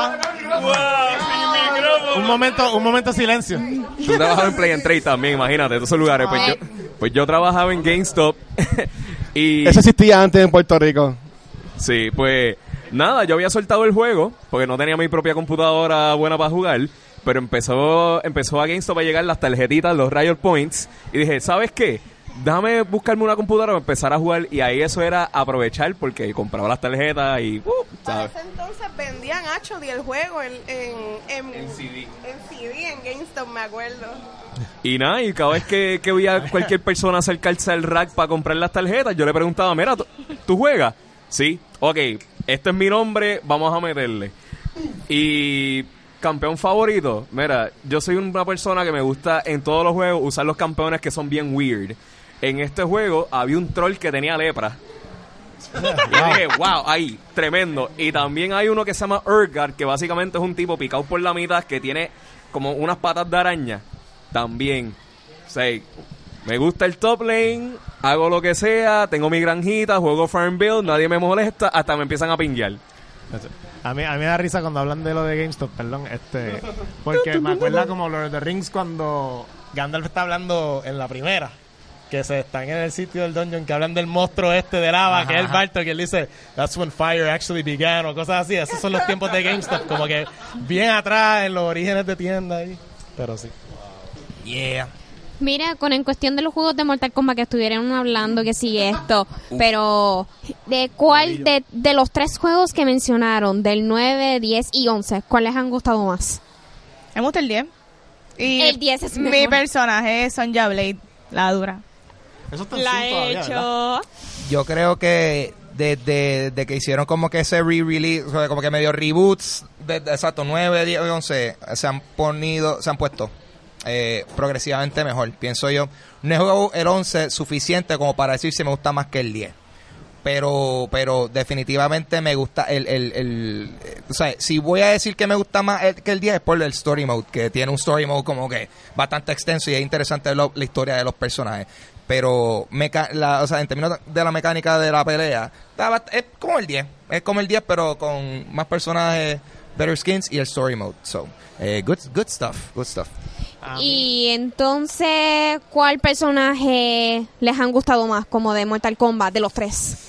Un momento, un momento de silencio. Tú trabajabas en Play and Trade también, imagínate, en esos lugares. Pues yo, pues yo trabajaba en GameStop. Y eso existía antes en Puerto Rico. Sí, pues nada, yo había soltado el juego porque no tenía mi propia computadora buena para jugar. Pero empezó empezó a GameStop a llegar las tarjetitas, los Riot Points. Y dije, ¿sabes qué? Déjame buscarme una computadora para empezar a jugar. Y ahí eso era aprovechar porque compraba las tarjetas y... Uh, ¿sabes? Para ese entonces vendían actually el juego en, en, en, En C D. en C D, en GameStop, me acuerdo. Y nada, y cada vez que, que veía cualquier persona acercarse al rack para comprar las tarjetas, yo le preguntaba, mira, ¿tú, ¿tú juegas? Sí, ok, este es mi nombre, vamos a meterle. Y campeón favorito, mira, yo soy una persona que me gusta en todos los juegos usar los campeones que son bien weird. En este juego había un troll que tenía lepra. Y dije, wow, ahí, tremendo. Y también hay uno que se llama Urgar, que básicamente es un tipo picado por la mitad que tiene como unas patas de araña. También, o sea, me gusta el top lane, hago lo que sea, tengo mi granjita, juego farm build, nadie me molesta, hasta me empiezan a pinguear. A mí, a mí me da risa cuando hablan de lo de GameStop, perdón, este, porque me acuerda como Lord of the Rings cuando Gandalf está hablando en la primera, que se están en el sitio del dungeon, que hablan del monstruo este de lava, ajá, que es el Bartok, que él dice, that's when fire actually began, o cosas así. Esos son los tiempos de GameStop, como que bien atrás en los orígenes de tienda ahí, pero sí. Yeah. Mira, con en cuestión de los juegos de Mortal Kombat que estuvieron hablando, que sí esto, pero ¿de cuál de, de los tres juegos que mencionaron, del nueve, diez y once, cuál les han gustado más? Me gusta el diez. Y el diez es mi mejor. personaje es Sonya Blade, la dura. Eso está La he hecho. Yo creo que desde de que hicieron como que ese re-release, o sea, como que medio reboots, de, de, exacto, nueve, diez y once, se han ponido, se han puesto eh, progresivamente mejor, pienso yo. No he jugado el once suficiente como para decir si me gusta más que el diez. Pero pero definitivamente me gusta el, el, el... O sea, si voy a decir que me gusta más el, que el diez es por el story mode, que tiene un story mode como que bastante extenso y es interesante lo, la historia de los personajes. Pero, meca la, o sea, en términos de la mecánica de la pelea, es como el diez. Es como el diez, pero con más personajes, better skins y el story mode. So, eh, good, good stuff, good stuff. Y entonces, ¿cuál personaje les han gustado más, como de Mortal Kombat, de los tres?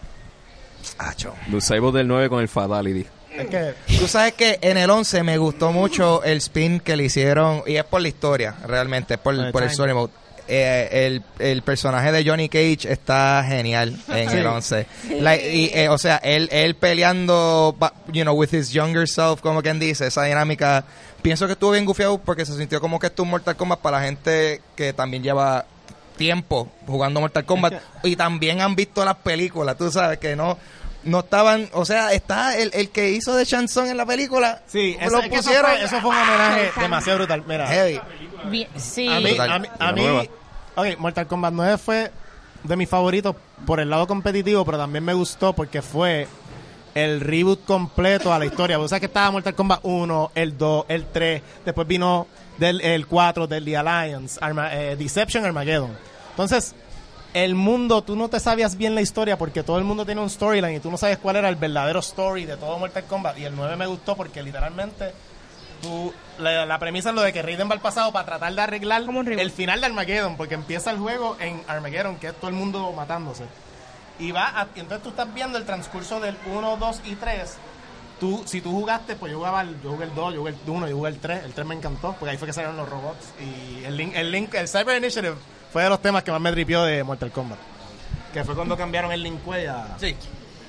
Acho. Lucebo del nueve con el Fatality. Es que tú sabes que en el once me gustó mucho el spin que le hicieron, y es por la historia, realmente, es por, el por el story mode. Eh, el, el personaje de Johnny Cage está genial en sí. el once. Like, y, eh, o sea, él, él peleando, you know, with his younger self, como quien dice, esa dinámica, pienso que estuvo bien gufiado porque se sintió como que esto es un Mortal Kombat para la gente que también lleva tiempo jugando Mortal Kombat y también han visto las películas, tú sabes, que no no estaban, o sea, está el, el que hizo de Shang Tsung en la película. Sí, lo eso, es que eso, pusieron. fue, eso fue un homenaje demasiado brutal. Mira, Heavy. Bien, sí. a mí, Brutal. a mí, a La nueva. mí ok, Mortal Kombat nueve fue de mis favoritos por el lado competitivo, pero también me gustó porque fue el reboot completo a la historia. Vos sabés que estaba Mortal Kombat uno, el dos, el tres, después vino del, el cuatro del The Alliance, Arma, eh, Deception, Armageddon. Entonces, el mundo, tú no te sabías bien la historia porque todo el mundo tiene un storyline y tú no sabes cuál era el verdadero story de todo Mortal Kombat. Y el nueve me gustó porque literalmente tú, la, la premisa es lo de que Raiden va al pasado para tratar de arreglar el final de Armageddon, porque empieza el juego en Armageddon, que es todo el mundo matándose. Y va a, entonces tú estás viendo el transcurso del uno, dos y tres. Tú, si tú jugaste, pues yo jugaba el, yo jugué el dos, yo jugué el uno, yo jugué el tres. El tres me encantó, porque ahí fue que salieron los robots. Y el link, el link, el Cyber Initiative fue de los temas que más me tripió de Mortal Kombat. Que fue cuando cambiaron el Lin Kuei a... Sí.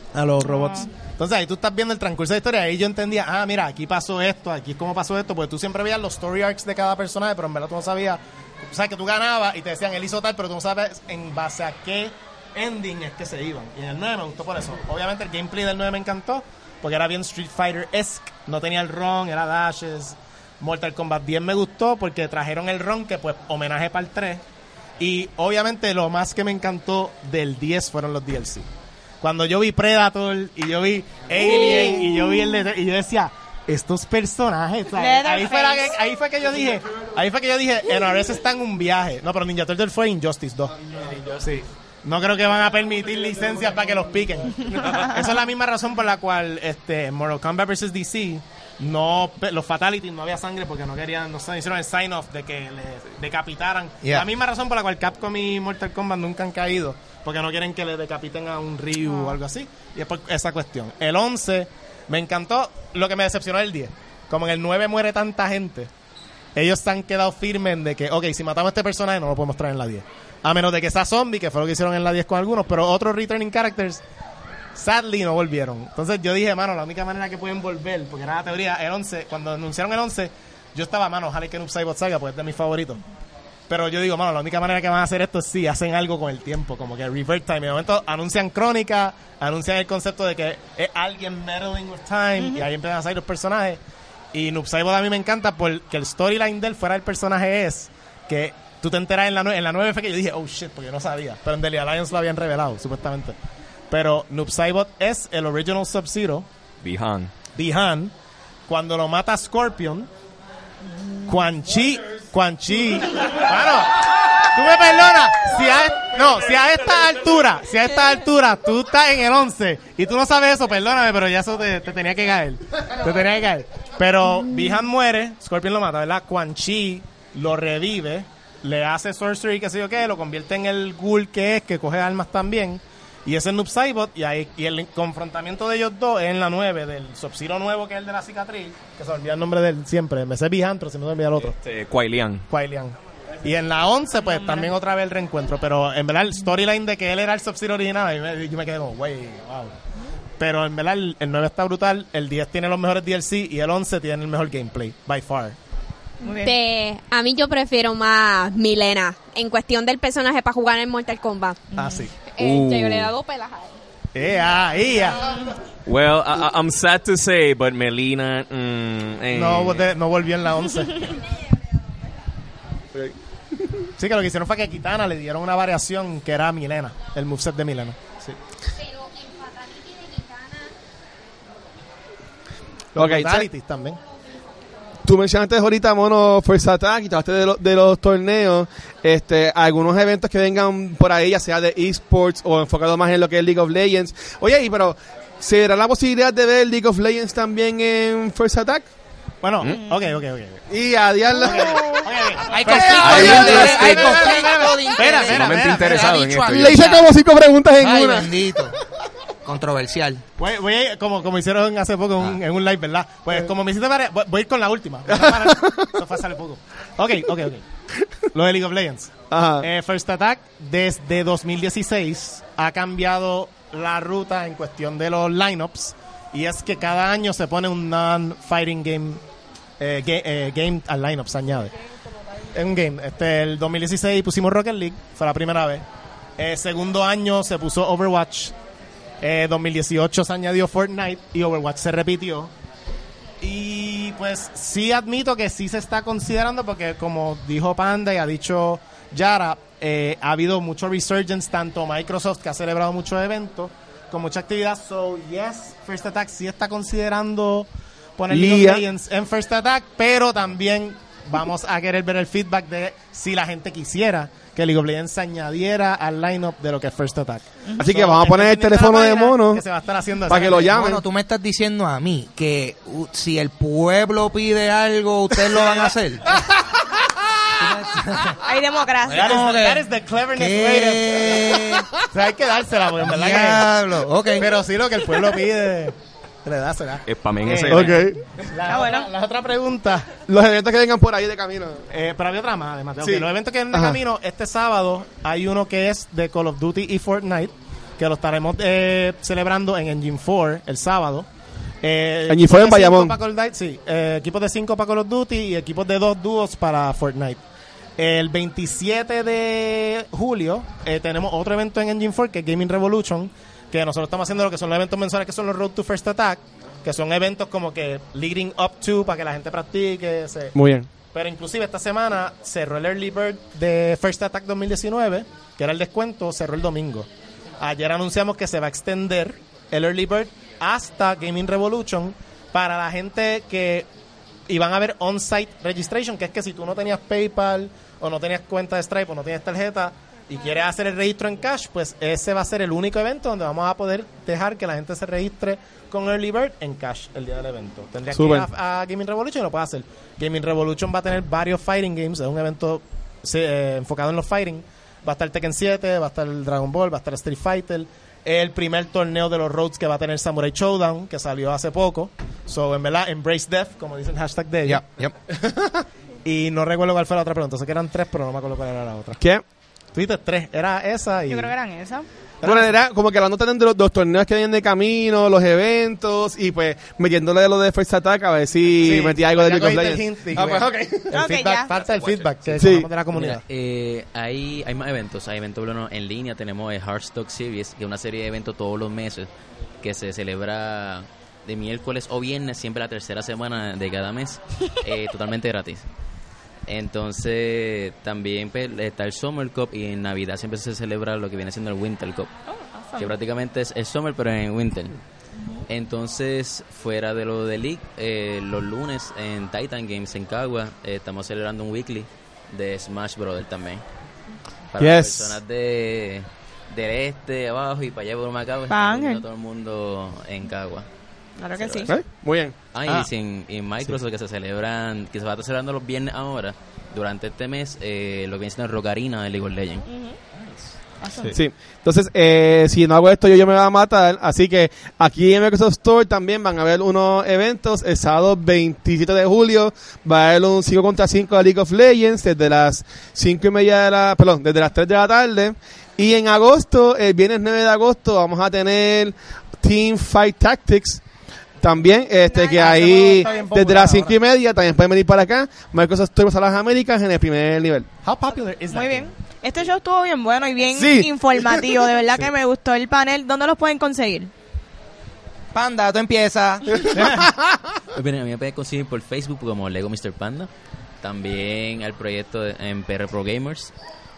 a los robots. Entonces ahí tú estás viendo el transcurso de la historia. Ahí yo entendía, ah, mira, aquí pasó esto, aquí es como pasó esto, porque tú siempre veías los story arcs de cada personaje, pero en verdad tú no sabías. O sea, que tú ganabas y te decían, él hizo tal, pero tú no sabes en base a qué ending es que se iban. Y en el nueve me gustó por eso. Obviamente el gameplay del nueve me encantó, porque era bien Street Fighter-esque, no tenía el run, era dashes. Mortal Kombat diez me gustó porque trajeron el run, que pues homenaje para el tres. Y obviamente lo más que me encantó del diez fueron los D L C. Cuando yo vi Predator y yo vi Alien y yo vi el de, y yo decía, estos personajes, ¿sabes? Ahí fue, la que, ahí fue que yo dije, ahí fue que yo dije, N R S está en un viaje. No, pero Ninja Turtle fue Injustice dos. Sí. No creo que van a permitir licencias para que los piquen. Esa es la misma razón por la cual este Mortal Kombat versus D C, no, los Fatalities no había sangre porque no querían, no sé, hicieron el sign off de que le decapitaran. Yeah. La misma razón por la cual Capcom y Mortal Kombat nunca han caído, porque no quieren que le decapiten a un Ryu oh. o algo así. Y es por esa cuestión. El once me encantó. Lo que me decepcionó el diez, como en el nueve muere tanta gente, ellos se han quedado firmes en de que, ok, si matamos a este personaje no lo podemos traer en la diez. A menos de que sea zombie, que fue lo que hicieron en la diez con algunos, pero otros returning characters, sadly, no volvieron. Entonces yo dije, mano, la única manera que pueden volver, porque era la teoría, el once, cuando anunciaron el once, yo estaba, mano, ojalá que Noob Saibot salga, porque es de mis favoritos. Pero yo digo, mano, la única manera que van a hacer esto es si hacen algo con el tiempo, como que revert time. Y de momento anuncian Crónica, anuncian el concepto de que es alguien meddling with time, uh-huh. y ahí empiezan a salir los personajes. Y Noob Saibot a mí me encanta porque el storyline de él fuera del personaje es que tú te enteras en la nueve, en la nueve fue que yo dije, oh shit, porque yo no sabía. Pero en Daily Alliance lo habían revelado, supuestamente. Pero Noob Saibot es el original Sub-Zero. Bi-Han. Bi-Han. Cuando lo mata Scorpion, Quan Chi, Quan Chi. Bueno, tú me perdonas. Si a, no, si a esta altura, si a esta altura tú estás en el once y tú no sabes eso, perdóname, pero ya eso te, te tenía que caer. Te tenía que caer. Pero Bi-Han muere, Scorpion lo mata, ¿verdad? Quan Chi lo revive, le hace sorcery, qué sé yo qué, lo convierte en el ghoul que es, que coge armas también, y ese es Noob Saibot, y ahí y el confrontamiento de ellos dos es en la nueve, del Sub-Zero nuevo, que es el de la cicatriz, que se me olvida el nombre de él siempre, me sé Bi-Han, pero se me olvida el otro. Este, Kuai Liang. Kuai Liang. Y en la once, pues, también otra vez el reencuentro, pero en verdad el storyline de que él era el Sub-Zero original, y me, yo me quedé como, wey, wow. Pero en verdad el, el nueve está brutal, el diez tiene los mejores D L C, y el once tiene el mejor gameplay, by far. De, a mí yo prefiero más Milena en cuestión del personaje para jugar en Mortal Kombat. Ah, sí. Eh, Uh. Yo le he dado pelas a él. ¡Ea, ea! Well, I, I'm sad to say, but Melina... Mm, eh. No, de, no volvió en la once. Sí, que lo que hicieron fue que a Kitana le dieron una variación que era Milena, el moveset de Milena. Sí. Pero en Fatality de Kitana... Los Okay, Fatalities también. Tú mencionaste ahorita, Mono, First Attack, y hablaste de, lo, de los torneos, este, algunos eventos que vengan por ahí, ya sea de esports o enfocado más en lo que es League of Legends. Oye, y pero, ¿se dará la posibilidad de ver League of Legends también en First Attack? Bueno, ¿Mm? ok, ok, ok. Y a diablo. Okay, okay. Hay conflicto Hay de un interés, hay respeto. conflicto de Espera, interés. espera, Sumamente espera, interesado en espera, esto. dicho Le hice como cinco preguntas en Ay, una. bendito. Controversial. Voy, voy a ir, como, como hicieron hace poco en, un, en un live, ¿verdad? Pues como me hiciste varias, voy, voy a ir con la última. Eso fue hace poco. Ok, ok, ok. Lo de League of Legends. Ajá. Eh, First Attack, desde dos mil dieciséis, ha cambiado la ruta en cuestión de los lineups. Y es que cada año se pone un non-fighting game, eh, ga- eh, game al lineup, se añade. Es un game. Este, el dos mil dieciséis pusimos Rocket League, fue la primera vez. Eh, segundo año se puso Overwatch. Eh, dos mil dieciocho se añadió Fortnite y Overwatch se repitió. Y pues sí admito que sí se está considerando porque como dijo Panda y ha dicho Yara, eh, ha habido mucho resurgence, tanto Microsoft que ha celebrado muchos eventos con mucha actividad. So yes, First Attack sí está considerando poner Yeah. League of Legends en First Attack, pero también vamos a querer ver el feedback de si la gente quisiera que League of Legends se añadiera al lineup de lo que es First Attack. Así que So, vamos a poner el estén pendientes teléfono la de página Mono que se va a estar haciendo para que lo llamen. Bueno, tú me estás diciendo a mí que uh, si el pueblo pide algo, ustedes lo van a hacer. Hay democracia. That is, ¿Cómo the, que? that is the cleverness ¿Qué? way to- O sea, hay que dársela, porque en verdad Diablo, ok. que... Pero sí, lo que el pueblo pide, se le da, se da. Spamen Eh, ese. Ok. La, Ah, bueno. otra, la otra pregunta, Los eventos que vengan por ahí de camino. eh, pero había otra más, además. Sí. Ok, los eventos que vienen de Ajá. camino, este sábado hay uno que es de Call of Duty y Fortnite. que lo estaremos eh, celebrando en Engine cuatro el sábado. Eh, Engine cuatro en Bayamón. Sí, eh, equipos de cinco para Call of Duty y equipos de dos dúos para Fortnite. El veintisiete de julio eh, tenemos otro evento en Engine cuatro que es Gaming Revolution, que nosotros estamos haciendo lo que son los eventos mensuales, que son los Road to First Attack, que son eventos como que leading up to, para que la gente practique. Se... Muy bien. Pero inclusive esta semana cerró el Early Bird de First Attack dos mil diecinueve, que era el descuento, cerró el domingo. Ayer anunciamos que se va a extender el Early Bird hasta Gaming Revolution para la gente que iban a ver on-site registration, que es que si tú no tenías PayPal o no tenías cuenta de Stripe o no tienes tarjeta y quieres hacer el registro en cash, pues ese va a ser el único evento donde vamos a poder dejar que la gente se registre con Early Bird en cash el día del evento. Tendrías Super. que ir a, a Gaming Revolution y lo puedes hacer. Gaming Revolution va a tener varios fighting games, es un evento eh, enfocado en los fighting. Va a estar Tekken siete, va a estar el Dragon Ball, va a estar Street Fighter. El primer torneo de los Roads que va a tener Samurai Showdown, que salió hace poco. So, en verdad, embrace death, como dicen el hashtag de ella. Yep, yep. Y no recuerdo cuál fue la otra pregunta. Sé que eran tres, pero no me acuerdo cuál era la otra. ¿Qué? Tú dices tres. Era esa y... Yo creo que eran esas. Bueno, era como que hablando también de los, de los torneos que vienen de camino, los eventos, y pues metiéndole de lo de First Attack a ver si Sí, metía algo de ya League of cogiste el Legends. hint y Ah, pues, bueno. ok. El Ok, feedback, ya. falta el feedback que Sí. cogemos de la comunidad. Mira, eh, hay, hay más eventos. Hay eventos bueno, en línea. Tenemos el Hearthstock Series, que es una serie de eventos todos los meses que se celebra de miércoles o viernes, siempre la tercera semana de cada mes, eh, totalmente gratis. Entonces, también pues, está el Summer Cup y en Navidad siempre se celebra lo que viene siendo el Winter Cup, que prácticamente es el Summer pero en Winter. Entonces, fuera de lo de League, eh, los lunes en Titan Games en Cagua eh, estamos celebrando un weekly de Smash Brothers también. Para Yes. las personas de del este, abajo y para allá por Macao, Pa' estamos viendo Ángel. todo el mundo en Cagua. Claro que sí. ¿Eh? Muy bien. Ah, y Ah. sin- y en Microsoft que se celebran, que se va a estar celebrando los viernes ahora, durante este mes, eh, lo que viene siendo el Rocarina de League of Legends. Sí. Entonces, eh, si no hago esto, yo, yo me voy a matar. Así que aquí en Microsoft Store también van a haber unos eventos. El sábado veintisiete de julio va a haber un cinco contra cinco de League of Legends desde las cinco y media de la, perdón, desde las tres de la tarde. Y en agosto, el viernes nueve de agosto, vamos a tener Team Fight Tactics. También, este, que Ah, ese juego ahí, está bien desde popular las cinco y ahora. media, también pueden venir para acá. Microsoft Store a las Américas en el primer nivel. How popular is that Muy game? bien. Este show estuvo bien bueno y bien Sí. informativo. De verdad que me gustó el panel. ¿Dónde los pueden conseguir? Panda, tú empieza. Pues bien, a mí me pueden conseguir por Facebook como Lego mister Panda, también al proyecto de- en P R Pro Gamers,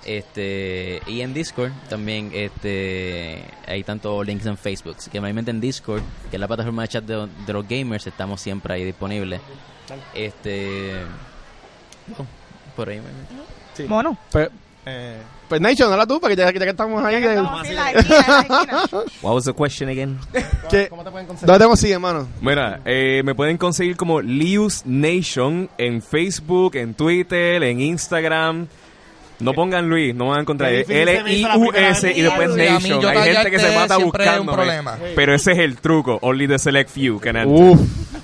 este y en Discord también, este hay tanto links en Facebook, que normalmente en Discord, que es la plataforma de chat de, de los gamers, estamos siempre ahí disponibles. Este oh, por ahí me- Mono. Pues, Eh, pues Nation, habla tú, para que ya, ya que estamos ahí. que- Estamos en la esquina, en la esquina. What was the question again? que- ¿Cómo te pueden conseguir? ¿Dónde te consiguen, hermano? Mira, eh, me pueden conseguir como Lius Nation en Facebook, en Twitter, en Instagram. No pongan Luis, no van a encontrar Qué difícil se L me hizo I la U primera S vez. y después Sí, a mí Nation. yo Hay gente que se tallarte mata siempre es un buscándome. problema. Pero ese es el truco. Only the select few can enter. Uf.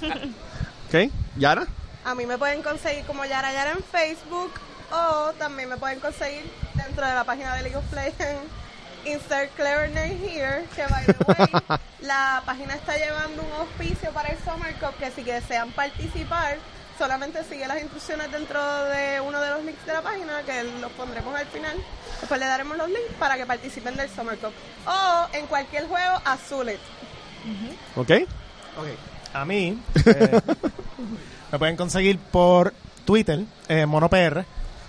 ¿Ok? ¿Yara? A mí me pueden conseguir como Yara Yara en Facebook o también me pueden conseguir dentro de la página de League of Legends Insert Clever Name Here, que by the way, la página está llevando un auspicio para el Summer Cup que si desean participar, solamente sigue las instrucciones dentro de uno de los links de la página que los pondremos al final. Después le daremos los links para que participen del Summer Cup. O en cualquier juego, Azulet. ¿Ok? Ok, a mí eh, me pueden conseguir por Twitter, eh, MonoPR,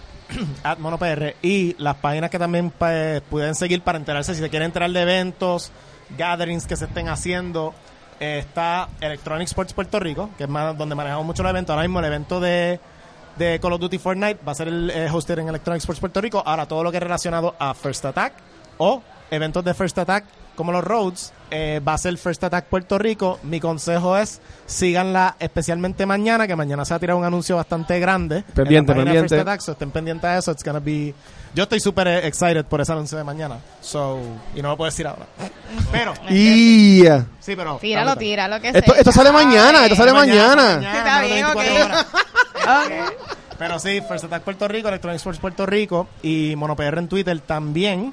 at MonoPR, y las páginas que también pues, pueden seguir para enterarse si se quieren enterar de eventos, gatherings que se estén haciendo. Eh, está Electronic Sports Puerto Rico, que es más donde manejamos mucho los eventos. Ahora mismo el evento de, de Call of Duty Fortnite va a ser el eh, hosted en Electronic Sports Puerto Rico. Ahora todo lo que es relacionado a First Attack o eventos de First Attack como los Roads, eh, va a ser First Attack Puerto Rico. Mi consejo es síganla especialmente mañana, que mañana se va a tirar un anuncio bastante grande. Pendiente, en la página de pendiente. First Attack, so estén pendientes a eso. It's gonna be... Yo estoy súper eh, excited por ese anuncio de mañana. So, y no lo puedo decir ahora. Pero, Y sí, pero... Tíralo, ahorita. tíralo que esto, sea. esto sale mañana, esto sale mañana. Está bien, menos ok. veinticuatro horas. Ok. Pero sí, First Attack Puerto Rico, Electronic Sports Puerto Rico y MonoPR en Twitter también.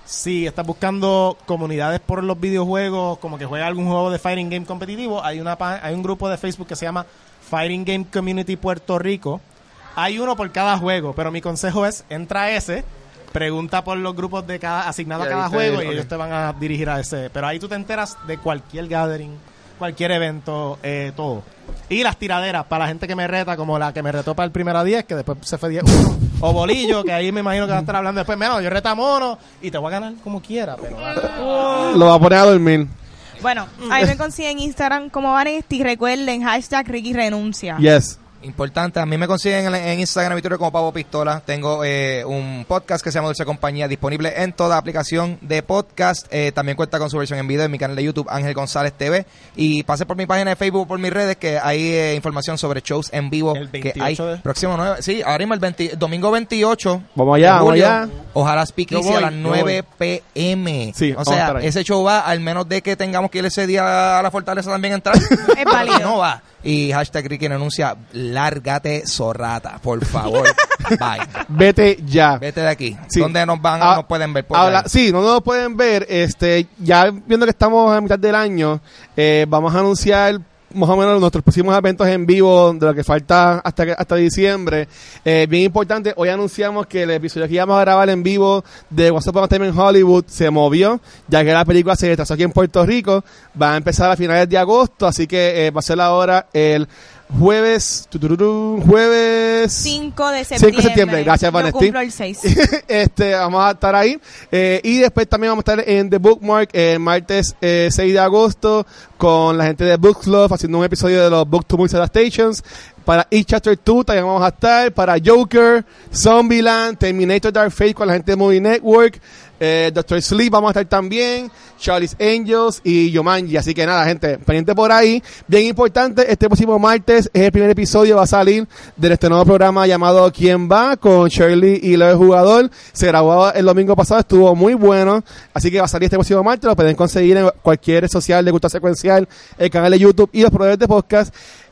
Si estás buscando comunidades por los videojuegos, como que juega algún juego de fighting game competitivo, hay una pa- hay un grupo de Facebook que se llama Fighting Game Community Puerto Rico. Hay uno por cada juego, pero mi consejo es, entra a ese, pregunta por los grupos de cada asignado a Y ahí cada te- juego y ok. ellos te van a dirigir a ese. Pero ahí tú te enteras de cualquier gathering, cualquier evento, eh, todo. Y las tiraderas, para la gente que me reta, como la que me retó para el primero a diez, que después se fue diez uno. O Bolillo, que ahí me imagino que va a estar hablando después. Menos, yo reta a Mono y te voy a ganar como quiera, pero... Lo va a poner a dormir. Bueno, ahí me consiguen en Instagram como Vanesti. Recuerden, hashtag Ricky Renuncia. Yes. Importante, a mí me consiguen en, en Instagram y Twitter como Pavo Pistola. Tengo eh, un podcast que se llama Dulce Compañía, disponible en toda aplicación de podcast. Eh, también cuenta con su versión en video en mi canal de YouTube, Ángel González T V. Y pase por mi página de Facebook, por mis redes, que hay eh, información sobre shows en vivo El que hay. veintiocho de- Próximo nueve, sí, ahora mismo el veinte, domingo veintiocho. Vamos allá, de vamos julio. allá. Ojalá Speak Yo Easy a voy, las yo nueve p m. Sí, o vamos a sea, estar ahí. ese show va, al menos de que tengamos que ir ese día a la Fortaleza también a entrar. Es válido. No va. Y hashtag Ricky Renuncia, lárgate zorrata, por favor. Bye. Vete ya. Vete de aquí. Sí. ¿Dónde nos van? Ah, nos pueden ver por Habla- ahí? sí, no nos pueden ver. Este, ya viendo que estamos a mitad del año, eh, vamos a anunciar más o menos nuestros próximos eventos en vivo de lo que falta hasta que- hasta diciembre. Eh, bien importante, hoy anunciamos que el episodio que íbamos a grabar en vivo de What's Up on Time en Hollywood se movió, ya que la película se retrasó aquí en Puerto Rico. Va a empezar a finales de agosto, así que eh, va a ser ahora el jueves, tutururú, jueves cinco de septiembre. cinco de septiembre, gracias, Yo Vanesti. cumplo el seis. este, vamos a estar ahí. Eh, y después también vamos a estar en The Bookmark el martes eh, seis de agosto con la gente de Book Club haciendo un episodio de los Book to Movies Adaptations. Para Each Chapter dos también vamos a estar. Para Joker, Zombieland, Terminator Dark Fate con la gente de Movie Network. Eh, Doctor Sleep vamos a estar también. Charlie's Angels y Yomanji. Así que nada, gente, pendiente por ahí. Bien importante, este próximo martes es el primer episodio, va a salir de este nuevo programa llamado ¿Quién va? Con Shirley y Leo el Jugador. Se grabó el domingo pasado, estuvo muy bueno. Así que va a salir este próximo martes. Lo pueden conseguir en cualquier red social de Cultura Secuencial, el canal de YouTube y los proveedores de podcast.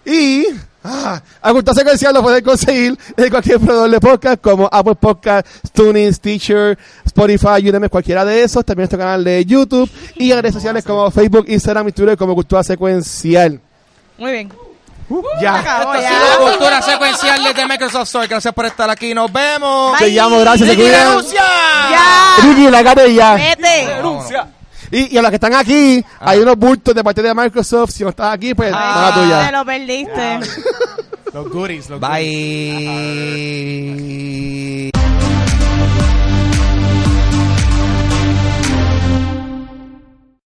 Y ah, a Cultura Secuencial lo pueden conseguir en cualquier proveedor de podcast como Apple Podcast, TuneIn, Stitcher, Spotify, Udemy, cualquiera de esos. También nuestro canal de YouTube y en redes sociales como Facebook, Instagram y Twitter como Cultura Secuencial. Muy bien. Ya. Acabó Esto ha ya. sido Cultura Secuencial desde Microsoft Store. Gracias por estar aquí. Nos vemos. Te llamo, gracias, se Ricky cuidan. Renuncia. Ya. Ricky, la cara ya. Vete. Renuncia. Y, y a los que están aquí, hay unos bultos de parte de Microsoft. Si no estás aquí, pues Ah. mala Te tuya. lo perdiste. Los goodies, los goodies. Bye.